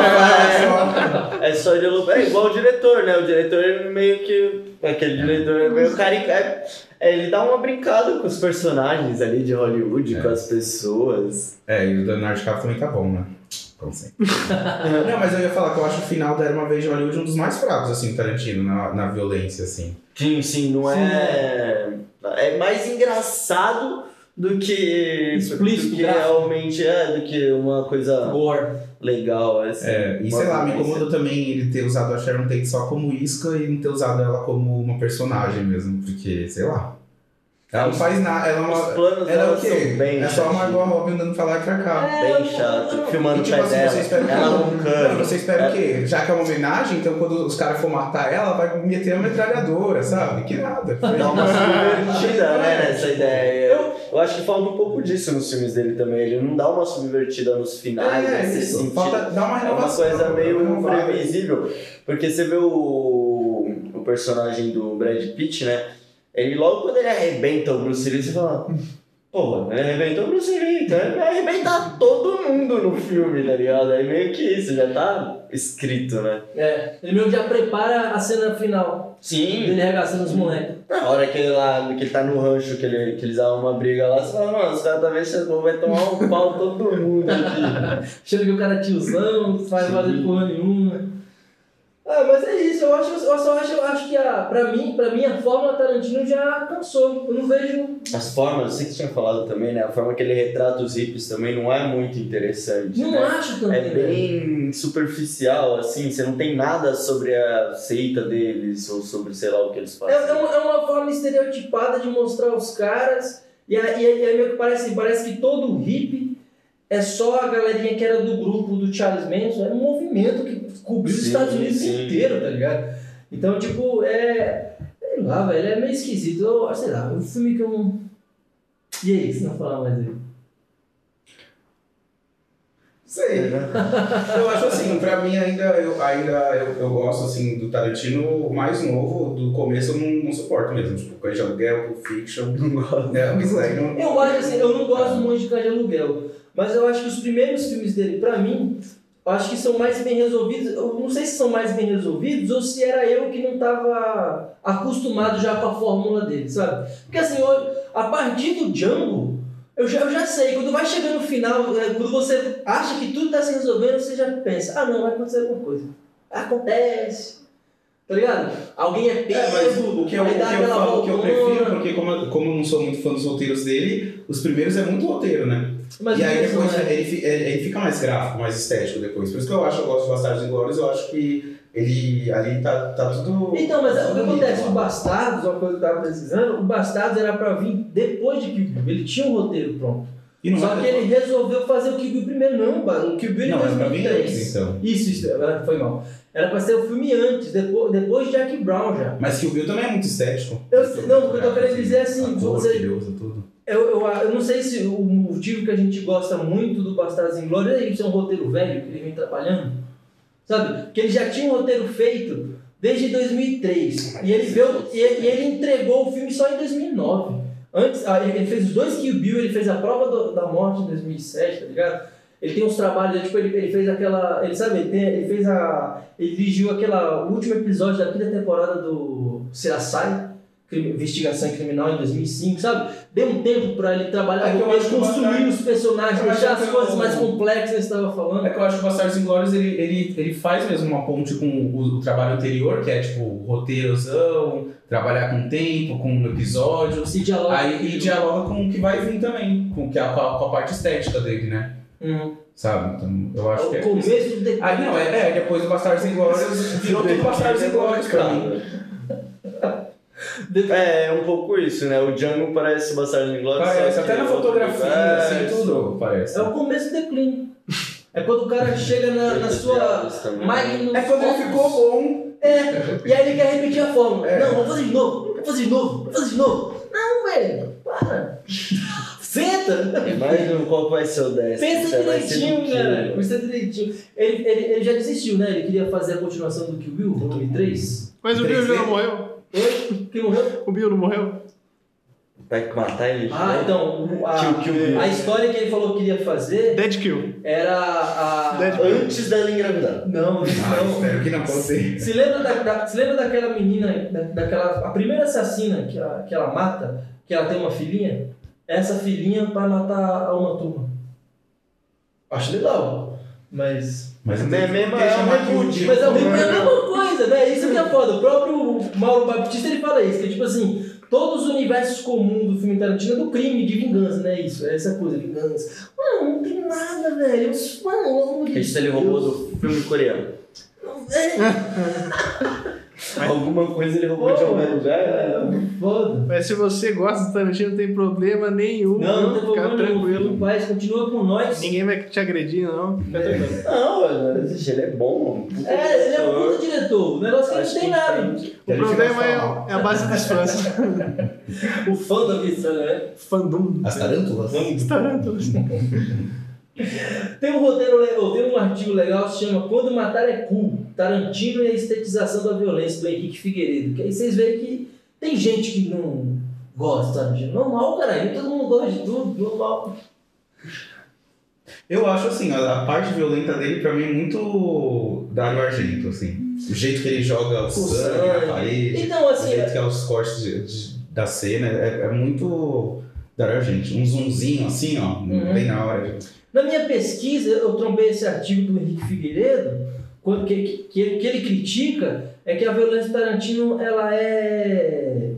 É, é só de lupa. É igual o diretor, né? O diretor ele meio que. Aquele diretor é meio caricato. É, ele dá uma brincada com os personagens ali de Hollywood, É. com as pessoas. É, e o Leonardo DiCaprio também tá bom, né? Como sempre. Não, mas eu ia falar que eu acho o final da Era Uma Vez de Hollywood um dos mais fracos, assim, Tarantino, na, na violência, assim. Sim, sim, não Sim, é. É mais engraçado do que. Explícito, do que gráfico. realmente é, do que uma coisa Gore. legal, assim. É, e Uma sei lá, me violência. incomoda também ele ter usado a Sharon Tate só como isca e não ter usado ela como uma personagem mesmo, porque, sei lá. Ela não faz nada, ela é Os uma. planos Ela é dela o quê? são bem É só uma chatinhos. Margot Robbie andando pra lá e pra cá. Bem chato, filmando E o tipo pé assim, dela. você espera o quê? Ela não Não, canta. você espera Ela- o quê? Já que é uma homenagem, então quando os caras for matar ela, vai meter a metralhadora, sabe? Que nada. Dá uma subvertida, né, É, nessa tipo, ideia. Eu, eu acho que falta um pouco disso nos filmes dele também. Ele não dá uma subvertida nos finais, É, nesse isso. sentido. Falta dar uma É uma renovação. coisa meio uma renovada. imprevisível. Porque você vê o, o personagem do Brad Pitt, né? Ele logo quando ele arrebenta o Bruce Lee, você fala... Pô, ele arrebentou o Bruce Lee, então ele vai arrebentar todo mundo no filme, tá ligado? Aí meio que isso, já tá escrito, né? É, ele meio que já prepara a cena final Sim. dele arregaçando os moleques. Na hora que ele, lá, que ele tá no rancho, que, ele, que eles dão uma briga lá, você fala, mano, os caras talvez chegou, vai tomar um pau todo mundo aqui. Achando que o cara é tiozão, não faz fazer porra nenhuma. Ah, mas é isso, eu acho, eu só acho, eu acho que a, pra mim, pra mim a fórmula Tarantino já cansou. Eu não vejo. As formas, eu sei que você tinha falado também, né? A forma que ele retrata os hippies também não é muito interessante, Não né? acho também. É velho. bem superficial, assim, você não tem nada sobre a seita deles ou sobre, sei lá, o que eles É, fazem. é uma, é uma forma estereotipada de mostrar os caras. E aí, e aí meio que parece, parece que todo hippie é só a galerinha que era do grupo do Charles Manson. Era um movimento que cobriu os Sim, Estados Unidos sim. inteiro, tá ligado? Então, tipo, é. Sei lá, velho, é meio esquisito. Eu, sei lá, um filme que eu não. E aí, se não falar mais aí? Sei. Eu acho assim, pra mim ainda, eu, ainda eu, eu gosto assim do Tarantino mais novo, do começo eu não, não suporto mesmo. Tipo, Cães de Aluguel, Pulp Fiction. Não, isso aí não. Eu acho assim, eu não gosto muito de Cães de Aluguel, mas eu acho que os primeiros filmes dele, pra mim, eu acho que são mais bem resolvidos. Eu não sei se são mais bem resolvidos ou se era eu que não tava acostumado já com a fórmula dele, sabe? Porque assim, eu, a partir do Django, eu já, eu já sei, quando vai chegando no final, é, quando você acha que tudo tá se resolvendo, você já pensa, ah não, vai acontecer alguma coisa. Acontece. Tá ligado? Alguém é pego, É, mas o que eu, o aí que dá eu aquela falo que eu voltona. prefiro, porque como, eu- como eu não sou muito fã dos roteiros dele, os primeiros é muito roteiro, né? Mas e aí isso depois não é- ele, fi- ele, ele fica mais gráfico, mais estético depois. Por isso que eu acho, eu gosto de Bastardos Inglórios, eu acho que ele ali tá, tá tudo. Então, mas o que tudo acontece? bonito O lá. Bastardos, uma coisa que eu tava pesquisando, o Bastardos era pra vir depois de Kill Bill. Ele tinha um roteiro pronto. E não Só é que ele resolveu fazer o Kill Bill primeiro. Não, ba- o Kill Bill em Não, é pra dois mil mim e três. antes, então. Isso, isso, agora foi mal. Era pra ser o filme antes, depois, depois de Jack Brown já. Mas que o Bill também é muito estético. Eu sei- não, o que eu tô querendo dizer é assim, A cor você- que ele usa, tudo. Eu, eu, eu não sei se o motivo que a gente gosta muito do Bastardos Inglórios é isso, é um roteiro velho que ele vem trabalhando. Sabe? Porque ele já tinha um roteiro feito desde dois mil e três. E ele, veio, e, ele- e ele entregou o filme só em dois mil e nove. Antes, ah, ele ele fez os dois Kill Bill, ele fez a Prova do- da Morte em dois mil e sete, tá ligado? Ele tem uns trabalhos, tipo, ele, ele fez aquela. Ele sabe, ele, tem, ele fez a. Ele dirigiu aquela o último episódio da quinta temporada do C S I, Investigação Criminal em dois mil e cinco, sabe? Deu um tempo pra ele trabalhar, É que eu acho que o construir Bastardos- os personagens, eu acho deixar que as eu- coisas mais complexas que você estava falando. É que eu acho que o Bastardos Inglórios ele, ele, ele faz mesmo uma ponte com o, o trabalho anterior, que é tipo roteirozão, trabalhar com tempo, com episódio. Se dialoga. Aí e dialoga com o que vai vir também, com, que é a, com a parte estética dele, né? Uhum. Sabe? Então eu É acho que o é. começo do declínio. Ah, não, é, é, depois do Bastardos Inglórios virou tudo Bastardos Inglórios pra mim. É, é um pouco isso, né? O Django parece Bastardos Inglórios. Parece, só que até na outro fotografia, universo. assim, tudo parece. É o começo do declínio. É quando o cara chega na, na Outras sua piadas também. magnum É quando ele opus. ficou bom. É, e aí ele quer repetir a fórmula. É. Não, vamos fazer de novo, vamos fazer de novo, vamos fazer de novo. Não, velho, para. Senta. Mas qual vai ser o décimo? Pensa Você vai ser do direitinho, quê? cara. Pensa direitinho. Ele, ele, ele já desistiu, né? Ele queria fazer a continuação do Kill Bill, volume três. Mas o Bill já não morreu? Oi? Quem morreu? O Bill não morreu? Vai matar ele? Ah, então, o- a, Kill, Kill Bill. a história que ele falou que queria fazer Dead Kill. era a... Dead Antes dela engravidar. Não, Ah, não. espero que não fosse. Se lembra, da, da- se lembra daquela menina, da, daquela, a primeira assassina que, a, que ela mata, que ela tem uma filhinha? Essa filhinha vai matar a uma turma. Acho legal, mas... Mas É mesmo, é deixa um uma reboot. cute. Mas é a mesma coisa, né? Isso que é foda. O próprio Mauro Baptista, ele fala isso, que é tipo assim, todos os universos comuns do filme Tarantino é do crime, de vingança, né? Isso, é essa coisa, vingança. Mano, não tem nada, velho. Eu- Mano, pelo amor de Esse ele roubou Deus. do filme coreano. É, Alguma coisa ele roubou de algum lugar. é, foda. Mas se você gosta do Tarantino, não tem problema nenhum. Não, não tem Fica problema nenhum. tranquilo. Paz, continua com nós. Ninguém vai te agredir, não. Fica tranquilo. Não, mas ele é bom. Puta É, ele é um diretor. puta diretor. O negócio é que Acho não tem que nada. O problema é, é a base dos fãs. O fã da missão, né? Fandom. As tarântulas? Tarântulas. Tem um roteiro, le- ou tem um artigo legal que se chama Quando Matar é Cool, Tarantino e a Estetização da Violência, do Henrique Figueiredo. Que aí vocês veem que tem gente que não gosta de Tarantino. Normal, caralho. Todo mundo gosta de tudo, normal. Eu acho assim, a, a parte violenta dele pra mim é muito Dario Argento, assim. O jeito que ele joga o Com sangue sangue. na parede, Então, o assim, jeito que é os cortes de- de- da cena, é, é muito Dario Argento. Um zoomzinho assim, ó, Uhum. bem na hora. de- na minha pesquisa, eu trombei esse artigo do Henrique Figueiredo, quando- que, que, que ele- que ele critica é que a violência do Tarantino ela é,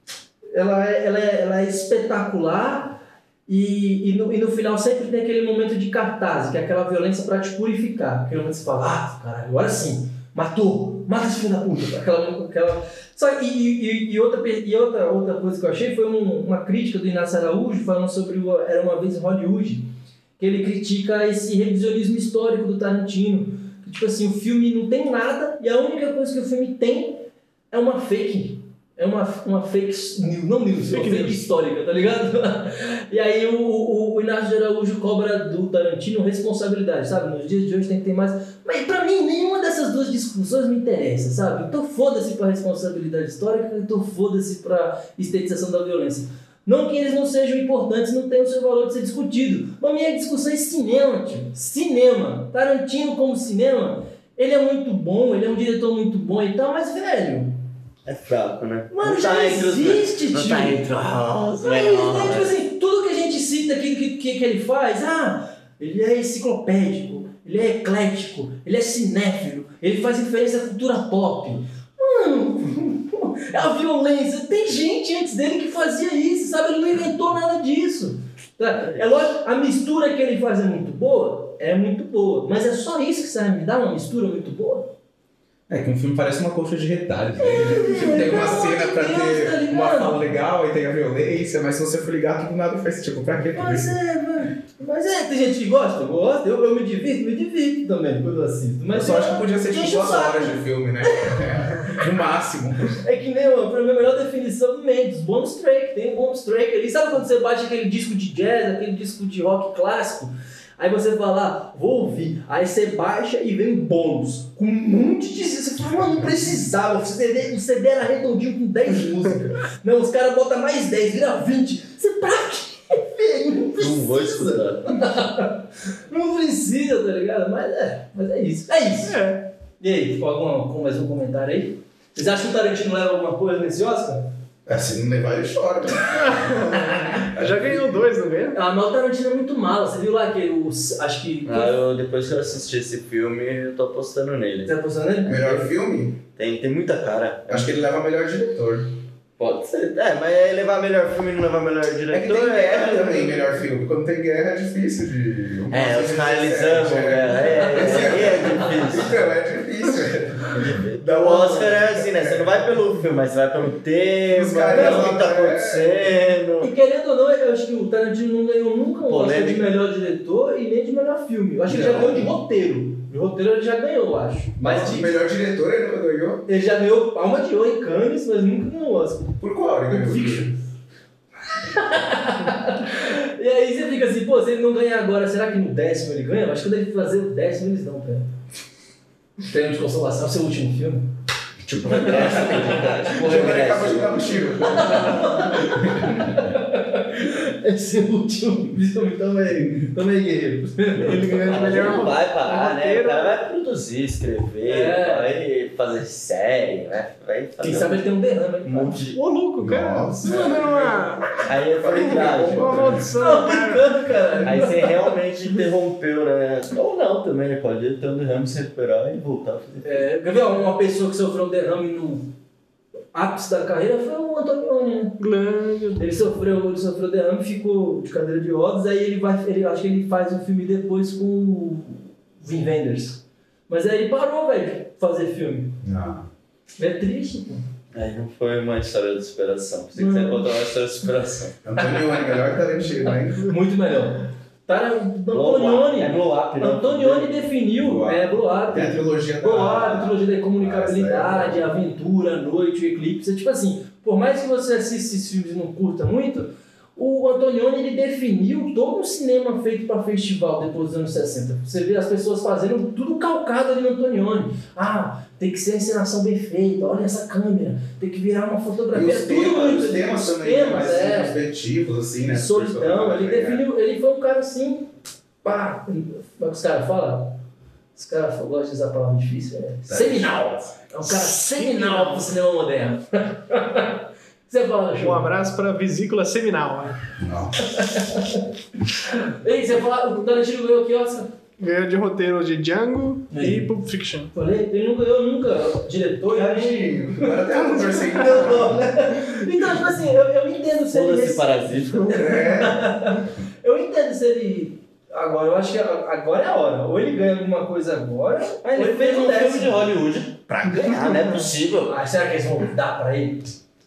ela é, ela é, ela é espetacular e, e, no, e no final sempre tem aquele momento de cartaz, que é aquela violência para te purificar. Aquele momento que você fala, ah, caralho, agora sim, matou, mata esse filho da puta. Aquela, aquela... Só, e, e, e, outra, pe- e outra, outra coisa que eu achei foi um- uma crítica do Inácio Araújo falando sobre o Era Uma Vez em Hollywood, que ele critica esse revisionismo histórico do Tarantino. Que, tipo assim, o filme não tem nada e a única coisa que o filme tem é uma fake. É uma, uma fake news, não news, uma Fake fake news. histórica, tá ligado? E aí o, o, o Inácio de Araújo cobra do Tarantino responsabilidade, sabe? Nos dias de hoje tem que ter mais... Mas pra mim, nenhuma dessas duas discussões me interessa, sabe? Então foda-se pra responsabilidade histórica, então foda-se pra estetização da violência. Não que eles não sejam importantes, não tenham o seu valor de ser discutido. Mas minha discussão é cinema, tio. Cinema. Tarantino como cinema, ele é muito bom, ele é um diretor muito bom e tal, mas, velho... É fraco, né? Mano, não já tá entre os existe, Não tio. tá entre os Não é isso, né? Tipo melhores. assim, tudo que a gente cita aqui, que, que, que ele faz, ah, ele é enciclopédico, ele é eclético, ele é cinéfilo, ele faz referência à cultura pop. Mano, é a violência. Tem gente antes dele que fazia isso, sabe? Ele não inventou nada disso. Tá? É lógico, a mistura que ele faz é muito boa, é muito boa, mas é só isso que serve me dar uma mistura muito boa? É que um filme parece uma colcha de retalhos, né? Tipo, tem uma pelo cena amor de pra Deus, ter tá ligado? uma fala legal e tem a violência, mas se você for ligar, tudo nada faz tipo, pra quê? tudo Mas isso? é, mano. Mas é, tem gente que gosta, gosta. Eu, eu me divirto, me divirto também quando eu assisto. Eu Mas só acho que podia ser tipo enche o duas saco. horas de filme, né? No máximo. É que nem ó, pra mim a melhor definição do Mendes, bonus track, tem um bonus track ali. Sabe quando você bate aquele disco de jazz, aquele disco de rock clássico? Aí você fala, ah, vou ouvir. Aí você baixa e vem um bônus com um monte de... Você fala, mano, não precisava. O C D, o C D era redondinho com dez músicas. Não, os caras botam mais dez, vira vinte. Você pra quê, velho? Não precisa. Não vou escutar. Não precisa, tá ligado? Mas é, mas é isso. É isso. É. E aí, ficou alguma, com mais um comentário aí? Vocês acham que o Tarantino leva alguma coisa nesse Oscar? É, se não levar, ele chora. Já ganhou dois, não ganhou? Ah, mas o Tarantino é muito mala. Você viu lá que os. Acho que. Ah, eu, depois que eu assisti esse filme, eu tô apostando nele. Você tá apostando nele? Melhor filme? Tem, tem muita cara. Acho que ele leva melhor diretor. Pode ser. É, mas é levar melhor filme e não levar melhor É que diretor. tem guerra é... também, melhor filme. Quando tem guerra é difícil de... É, os caras eles amam guerra. É, é, é, é difícil. Então, é difícil. Da Oscar é assim, né? Você não vai pelo filme, mas você vai pelo tema, Os caras pelo que tá é. acontecendo. E querendo ou não, eu acho que o Tarantino não ganhou nunca um Oscar de Polêmica. melhor diretor e nem de melhor filme. Eu acho que ele já Não. ganhou de roteiro. De roteiro ele já ganhou, eu acho. Mas Mas de, o melhor diretor ele nunca ganhou. ele já ganhou Palma de Ouro em Cannes, mas nunca ganhou Oscar. Por qual ele ganhou? Fiction. E aí você fica assim, pô, se ele não ganhar agora, será que no décimo ele ganha? Mas quando ele fazer o décimo, eles dão prêmio. Prêmio de consolação, seu último filme. Tipo, regresso, tem verdade. Tipo, O Giovanni acabou de regresso. dar um tiro. Esse último filme também, também guerreiro. Ele ganhou de Mas ele melhor não vai parar, né? O roteiro. cara vai produzir, escrever, É. vai fazer série, vai, vai fazer Quem sabe ele tem um derrame, um hein? monte de... Ô, louco, cara. Nossa. Você mandando uma, Aí eu falei, viagem. uma Não, maldição, cara. brincando, cara. Aí você realmente interrompeu, né? Ou não também, ele pode ter um derrame, se recuperar e voltar a fazer. É, quer ver uma pessoa que sofreu um derrame no ápice da carreira foi o Antonioni, né? Glândio. Ele sofreu, ele sofreu derrame, ficou de cadeira de rodas, aí ele vai, ele, acho que ele faz um filme depois com o Wim Wenders. Mas aí ele parou, velho, de fazer filme. Não. É triste, pô. Aí não foi uma história de superação. Pensei que você ia contar uma história de superação. Antonioni, melhor Tarantino, hein? Muito melhor. Tá, Blow Antonioni, up. É blow up, né? Antonioni definiu, Blow up. é, blow up. Tem a trilogia Blow da... up, trilogia da comunicabilidade, Ah, essa aventura, noite, o eclipse. É tipo assim, por mais que você assista esses filmes e não curta muito, o Antonioni ele definiu todo um cinema feito para festival depois dos anos sessenta. Você vê as pessoas fazendo tudo calcado ali no Antonioni. Ah, tem que ser a encenação bem feita, olha essa câmera, tem que virar uma E fotografia. os tudo temas, muito. os temas Os também, temas, mais é. introspectivos, assim, né? Solidão, ele Personagem, definiu, ele foi um cara assim, pá, como é que os caras falam? Os caras gostam de usar a palavra difícil, é seminal. É um cara seminal pro cinema moderno. Você fala, Ju? Um abraço pra vesícula seminal. Né? é. Não. Ei, você fala, o Tarantino ganhou aqui, Oscar? Ganhou de roteiro de Django Aí. e Pulp Fiction. Falei, ele não ganhou nunca diretor. nem- Tadinho. Agora até eu conversei com Não, não, né? Então, tipo assim, eu, eu entendo se ele. Foda-se parasita. É. Eu entendo se ele. Agora, eu acho que agora é a hora. Ou ele ganha alguma coisa agora, ou Aí ele fez um décimo. filme de Hollywood pra ganhar, não é possível. Ah, será que eles vão dar pra ele?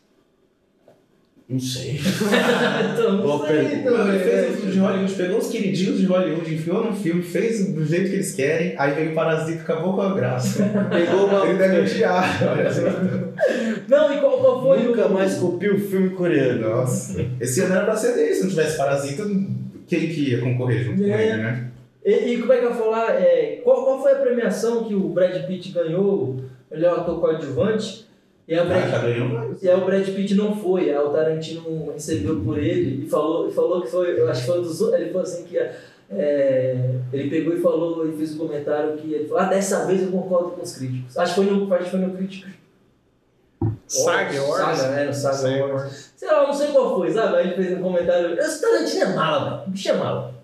Não sei. Então, não Boa sei, pergunta. então, Mano, ele fez é. um filme de Hollywood, pegou os queridinhos de Hollywood, enfiou no filme, fez do jeito que eles querem, aí veio o Parasita e acabou com a graça. Pegou uma... Ele deve odiar. Olha só. Não, e qual, qual foi Nunca o... mais copia o filme coreano. Nossa. Esse ano era pra ser dele, se não tivesse Parasita, quem que ia concorrer junto com É. ele, né? E, e como é que eu ia falar? É, qual, qual foi a premiação que o Brad Pitt ganhou, melhor ator coadjuvante? E aí o Brad, Ah, já ganhou vários. e aí o Brad Pitt não foi, aí o Tarantino recebeu por ele e falou, e falou que foi, eu acho que foi um dos outros, ele falou assim que é, ele pegou e falou, e fez um comentário que ele falou, ah, dessa vez eu concordo com os críticos. Acho que foi no, acho que foi no crítico. Saga Wars. Saga, né? No Saga Saga Wars. Wars. Sei lá, eu não sei qual foi, sabe? Aí ele fez um comentário, esse Tarantino é mala, velho. O bicho é mala.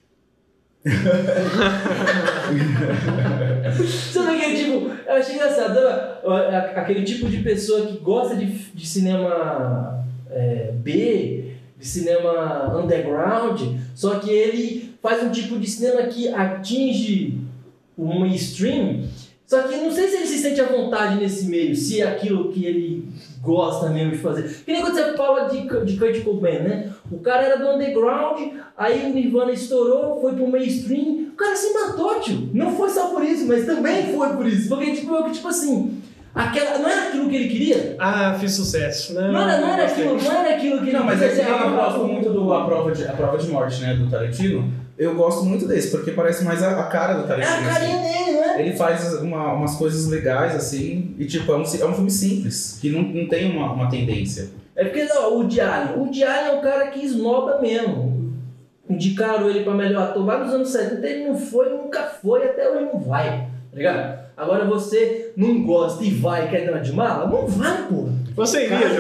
Sabe aquele tipo, eu achei engraçado, sabe? Aquele tipo de pessoa que gosta de, de cinema é, B, de cinema underground, só que ele faz um tipo de cinema que atinge o mainstream, só que não sei se ele se sente à vontade nesse meio, se é aquilo que ele gosta mesmo de fazer. Que nem quando você fala de, de Kurt Cobain, né? O cara era do underground, aí o Nirvana estourou, foi pro mainstream, o cara se matou, tio. Não foi só por isso, mas também foi por isso. Porque, tipo, eu, tipo assim, aquela, não era aquilo que ele queria. Ah, fiz sucesso, né? Não era, não era, aquilo, não era aquilo que ele Não, mas é queria. que eu gosto muito do a prova, de, a prova de morte, né, do Tarantino. Eu gosto muito desse, porque parece mais a, a cara do É Tarantino. a carinha assim. dele, né? Ele faz uma, umas coisas legais, assim, e tipo, é um, é um filme simples, que não, não tem uma, uma tendência. É porque não, o Diário, o Diário é um cara que esnoba mesmo. Indicaram ele pra melhor ator lá nos anos setenta, ele não foi, nunca foi, até hoje não vai, tá ligado? Agora você não gosta e vai e quer dar uma de mala? Não vai, porra. Você iria, Cara, Giovanni?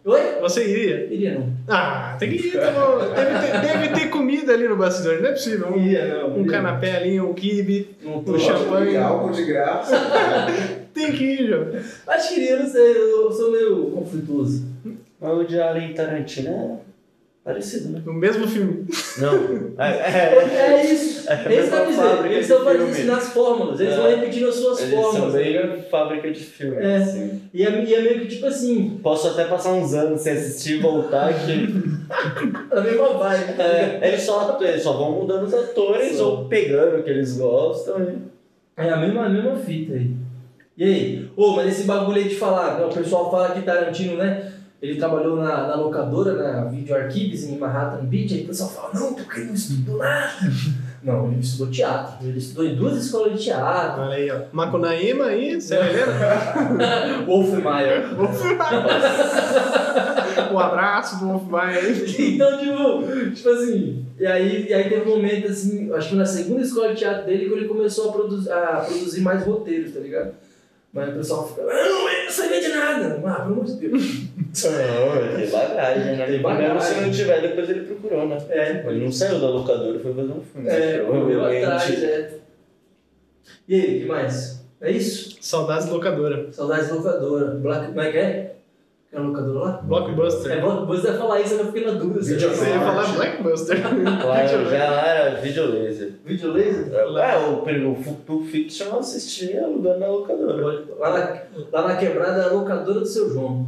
Oi? Você iria? Iria não. Ah, tem que ir, tá bom. Deve ter, deve ter comida ali no bastidor, não é possível. Um, Iria não. um iria. canapé ali, um quibe, Não tô. um champanhe. Álcool de graça. Tem que ir, João. Acho que iria, não sei, eu sou meio conflituoso. Mas o de Alien Tarantino é parecido, né? No mesmo filme. Não. É, É isso. É a Eles mesma vão dizer, fábrica eles de estão fazendo filme. isso nas fórmulas, eles É. vão repetindo as suas Eles são fórmulas. bem fábrica de filme. É. Assim. E é, e é meio que tipo assim, Posso até passar uns anos sem assistir e voltar que. a mesma vibe. É, eles, só, eles só vão mudando os atores Só. ou pegando o que eles gostam. E... É a mesma, a mesma fita aí. E aí? Ô, mas esse bagulho aí de falar, né, o pessoal fala que Tarantino, né? Ele trabalhou na, na locadora, na Video Archives, em Manhattan Beach, aí o pessoal fala, não, porque ele não estudou nada. Não, ele estudou teatro. Ele estudou em duas escolas de teatro. Olha aí, ó. Macunaíma aí, Serra Helena. Wolf Mayer. Um abraço do Wolf Maia aí. Então, tipo, tipo assim, e aí, e aí teve um momento assim, acho que na segunda escola de teatro dele que ele começou a, produzir a produzir mais roteiros, tá ligado? Mas o pessoal fica, não, eu não sabia de nada. Ah, pelo amor de Deus. Não, tem bagagem, né? Tem bagagem. Mesmo se não tiver, depois ele procurou, né? É, Ele não saiu da locadora, foi fazer um filme. é, correu Provavelmente. atrás, é. E aí, o que mais? É isso? Saudades locadora. Saudades de locadora. Black, como é que é? Que é a locadora lá? Blockbuster. É, Blockbuster vai falar isso, eu fiquei na dúvida. Video Você ia falar Blackbuster. Lá já era videolaser. Video laser? É, o, o Pulp Fiction eu assisti alugando na locadora. Lá na, lá na quebrada é a locadora do seu João.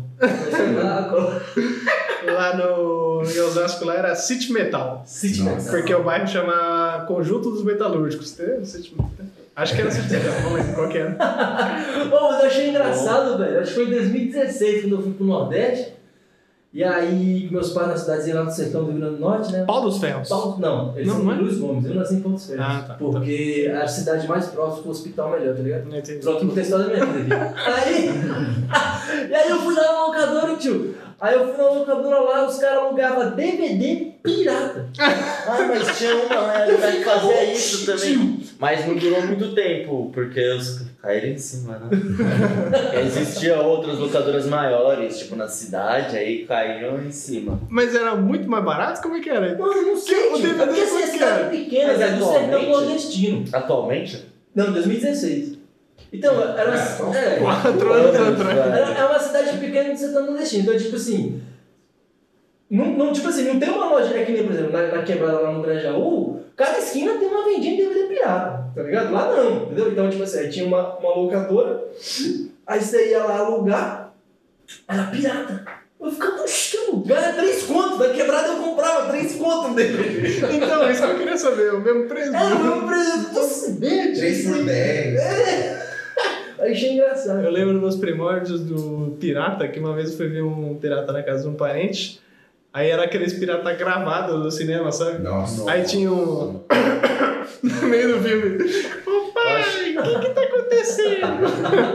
Lá no em Osasco lá era City Metal. City Nossa. Metal. Porque o bairro chama Conjunto dos Metalúrgicos. Tem City Metal. Acho que era City Metal, não lembro qual que era. Ô, mas eu achei engraçado, velho. Acho que foi em dois mil e dezesseis quando eu fui pro Nordeste. E aí, meus pais na cidadezinha lá do sertão do Rio Grande do Norte, né? Pau dos Ferros. Paulo, não, eles Não, são não é? de Luiz Gomes, eu nasci em Pontos Ferros. Ah, tá, Porque é a cidade mais próxima do hospital melhor, tá ligado? Não entendi. Pronto, não tem história da minha vida aqui. Aí, e aí eu fui lá na locadora, tio. Aí eu fui na locadora lá, os caras alugavam D V D pirata. Ah, mas tinha uma época que fazia isso também. Mas não durou muito tempo, porque os caíram em cima, né? Existiam outras locadoras maiores, tipo na cidade, aí caíram em cima. Mas era muito mais barato? Como é que era? Mano, não sei, O tio. D V D É porque assim, a quanto que cidade era? é pequena, Mas é do sertão atualmente? nordestino. Atualmente? Não, dois mil e dezesseis. Então, era... É, Quatro anos atrás. Era- é uma cidade pequena de sertão nordestino. Então, tipo assim... Não, não, tipo assim, não tem uma loja, é que nem, por exemplo, na, na quebrada lá no Grajaú, cada esquina tem uma vendinha de D V D pirata, tá ligado? Lá não, entendeu? Então, tipo assim, aí tinha uma, uma locadora, aí você ia lá alugar, era pirata. Eu ficava, oxe, que lugar, é três contos, na quebrada eu comprava três contos no D V D. Então, isso que eu queria saber, o mesmo preço. Era o meu preço, tô sabendo. três por dez. Aí achei engraçado. Eu lembro nos primórdios do pirata, que uma vez eu fui ver um pirata na casa de um parente, aí era aqueles pirata gravados do cinema, sabe? Nossa. Aí tinha um... no meio do filme... Ô pai, o que que tá acontecendo?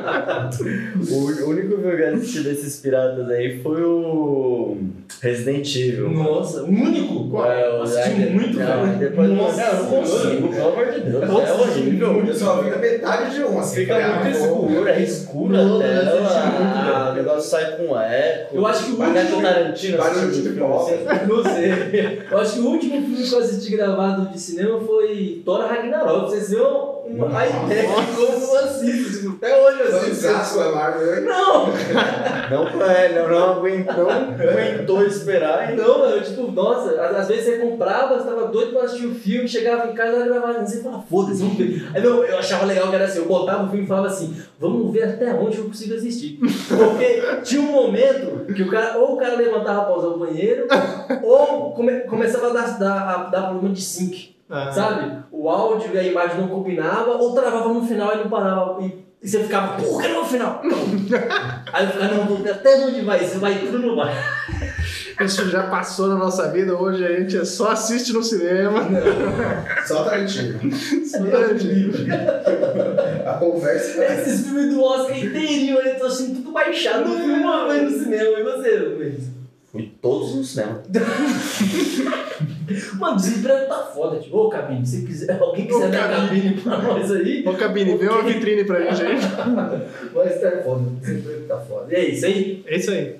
O único filme que eu assisti desses piratas aí foi o Resident Evil. Nossa, o único? Qual? É, o Assisti Resident- muito, não, velho. Depois Nossa, não, não consigo, pelo amor de Deus. Nossa, É horrível. Eu só vi a metade de um, assim. Fica falei, muito ah, vou- escuro, é escuro a Nossa, eu assisti tela, muito, ah, velho. o negócio sai com eco. Eu acho que o Parece último- o Tarantino Barulho assistiu de o filme pipoca. assim. Não sei. Eu acho que o último filme que eu assisti gravado de cinema foi Thor Ragnarok. Vocês viram uma a ideia de como eu assisto. Tipo, até hoje eu assisto. Fanzaço, é Marvel. Não! Não, é, não, não, aguentou, não aguentou esperar e Não, mano, tipo, nossa, às, às vezes você comprava, você tava doido pra assistir o filme, chegava em casa e gravava assim, você falava, foda-se, vamos ver. Aí meu, eu achava legal que era assim, eu botava o filme e falava assim, vamos ver até onde eu consigo assistir. Porque tinha um momento que o cara, ou o cara levantava pra usar o banheiro, ou come, começava a dar, dar, a dar problema de sync. Ah. Sabe? O áudio e a imagem não combinava, ou travava no final e não parava. E, e você ficava, por que não no final? Aí eu ficava, não, vou ver até onde vai, você vai tudo no vai. Isso já passou na nossa vida, hoje a gente só assiste no cinema. Só Tarantino. Só Tarantino. A conversa é Esses filmes do Oscar inteirinho, eu tô assim, tudo baixado, eu fui uma vez no cinema, e você, Luiz? fui todos no cinema. Mano, o desemprego tá foda, tipo, ô cabine, se quiser, alguém quiser Ô, dar cabine. cabine pra nós aí, Ô Cabine, vê uma vitrine pra gente aí. mas tá foda, o desemprego tá foda. E é isso aí? É isso aí.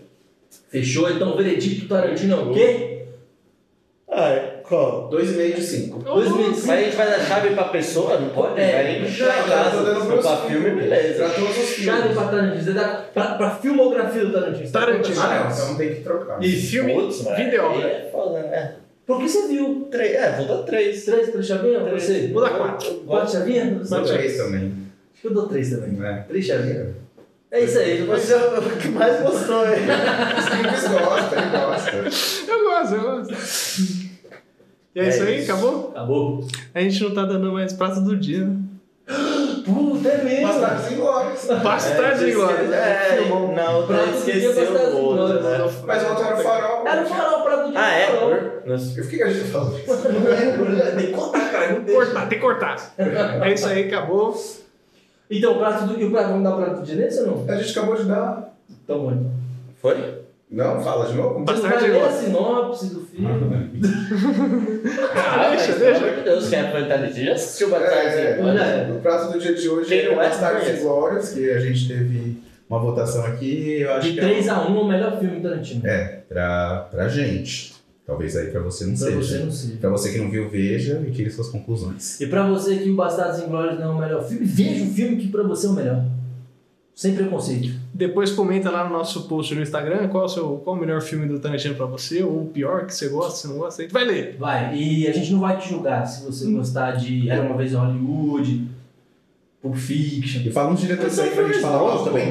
Fechou, então o veredicto do Tarantino é o quê? Ah, é. Qual? dois e meio de cinco. dois mil e cinco. Mas a gente vai dar chave pra pessoa? Não pode? É, Vai nem Já, pra já casa, tô dando pra pros filme, filmes. beleza. Pra todos os Chave filmes. pra Tarantino, você dá pra, pra filmografia do Tarantino. Tarantino. Ah, não, então tem que trocar. E filme, Putz, mas vídeo. aí É foda, né? Por que você viu? Três. É, vou dar três. Três, três chavinhas? Três. Você? Vou dar quatro. Quatro chavinhas? São Acho três também. que eu dou três também. É. Três chavinhas. É isso aí. Você é o que mais gostou, hein? Os filmes gostam, ele gosta. Eu gosto, eu gosto. E é, É isso aí, isso. acabou? Acabou. A gente não tá dando mais prato do dia, né? Puta, é mesmo. Bastardos Inglórios. Bastardos É, Inglórios. É, Filmão. não, Prato tá do dia, esqueceu Bastardos o outro, Inglórios. né? Mas o outro era o farol. Era o farol, prato do dia. Ah, do farol. é? Nossa. Eu fiquei que a gente falou isso. Não lembro, tem que contar, cara. Não deixa. Cortar, tem que cortar. É isso aí, acabou. Então, o prato do. E o prato, vamos dar o prato do dia nesse ou não? A gente acabou de dar. Então, bom. Então. Foi? Não, fala de novo. Você não Bastardos vai ler a Inglórios. sinopse do filme. Ah, Deixa, mas, deixa. pelo amor de Deus, quem é fantasy já assistiu Bastardos É, Inglórios? é. O prato do dia de hoje Quem é não é, Bastardos conhece. Inglórios, que a gente teve uma votação aqui. Eu acho De que três é, a um, o melhor filme do Tarantino. é pra, pra gente. Talvez aí pra você não Pra seja. você não sei. Pra você que não viu, veja e tire suas conclusões. E pra você que o Bastardos Inglórios não é o melhor filme, veja o filme que pra você é o melhor. Sem preconceito. Depois comenta lá no nosso post no Instagram qual, é o seu, qual o melhor filme do Tarantino pra você, ou o pior que você gosta, se não gosta, a gente vai ler. Vai, e a gente não vai te julgar se você gostar de Era Uma Vez em Hollywood, Pulp Fiction. E fala uns diretores aí pra gente falar outro também.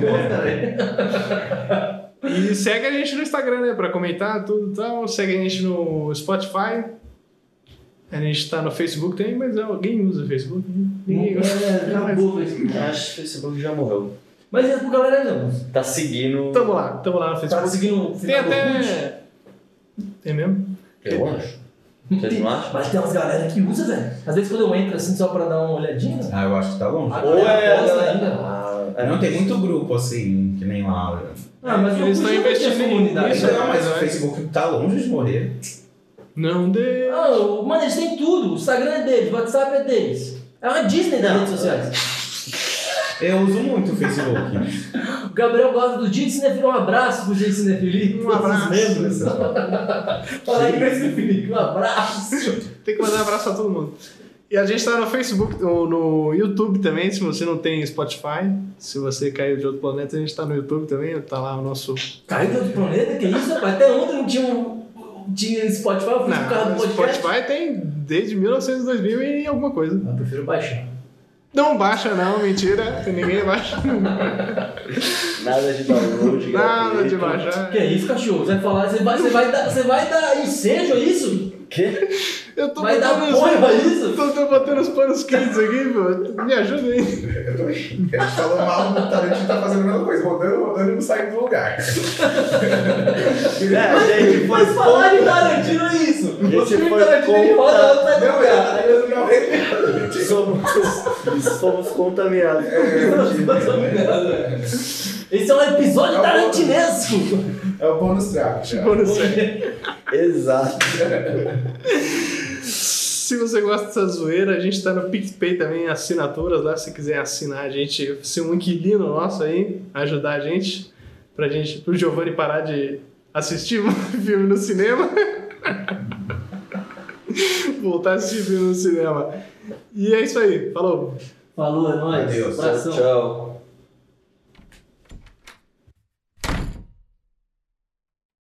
E segue a gente no Instagram, né, pra comentar tudo e tal. Segue a gente no Spotify. A gente tá no Facebook também, mas alguém usa o Facebook? Ninguém usa. É, acabou isso. Acho que o Facebook já morreu. Mas é pro galera não. Tá seguindo. Tamo lá, tamo lá no Tá Facebook. seguindo o Tem final do Orkut? até... Tem mesmo? Eu acho. Vocês Tem- não acham? Mas tem umas galera que usa, velho. Às vezes quando eu entro assim só pra dar uma olhadinha. Ah, eu acho que tá longe. Ah, Ou é. Posta galera- ainda. Ah, é. Não, tem muito grupo assim, que nem lá. Ah, mas Eles estão investindo em comunidade. nisso. Não, mas o Facebook tá longe de morrer. Não dê... Ah, o- mano, eles têm tudo. O Instagram é deles, o WhatsApp é deles. É uma Disney das Não. redes sociais. Eu uso muito o Facebook. O Gabriel gosta do Dia de Cinefilo. Um abraço pro Dia de Cinefili. Um abraço. Todos os membros. Fala aí, Dia de Cinefili. Um abraço. Tem que mandar um abraço pra todo mundo. E a gente tá no Facebook, no, no YouTube também, se você não tem Spotify. Se você caiu de outro planeta, a gente tá no YouTube também, tá lá o nosso... Caiu de outro planeta? Que isso, rapaz? Até ontem não tinha, um, tinha Spotify. Eu fiz o carro do Não, podcast. Spotify tem desde mil e novecentos, dois mil e alguma coisa. Eu prefiro baixar. Não baixa não, mentira, ninguém baixa. Nada de download. Nada gratuito. de baixar. Que é isso, cachorro? Você vai falar, você vai, você vai, dar, você vai dar ensejo a isso? Quê? Eu tô Vai dar botando apoio a os... isso? Tô, tô botando os panos quentes aqui, pô. Me ajuda aí. Eu tô A gente falou mal do Tarantino, tá fazendo a mesma coisa, rodando, rodando e não saindo do lugar. É, a gente foi Mas falar de Tarantino é isso. O Esse filme foi Tarantino ele contra- roda, não sai do Não, lugar. eu não não somos, somos contaminados. Esse é um episódio tarantinesco. É o bônus track. já. Bônus track. Exato. Se você gosta dessa zoeira, a gente tá no PicPay também, assinaturas lá, se quiser assinar a gente, ser um inquilino nosso aí, ajudar a gente, pra gente, pro Giovanni parar de assistir filme no cinema. Voltar a assistir filme no cinema. E é isso aí, falou! Falou, é nóis. Adeus. Abração. Tchau.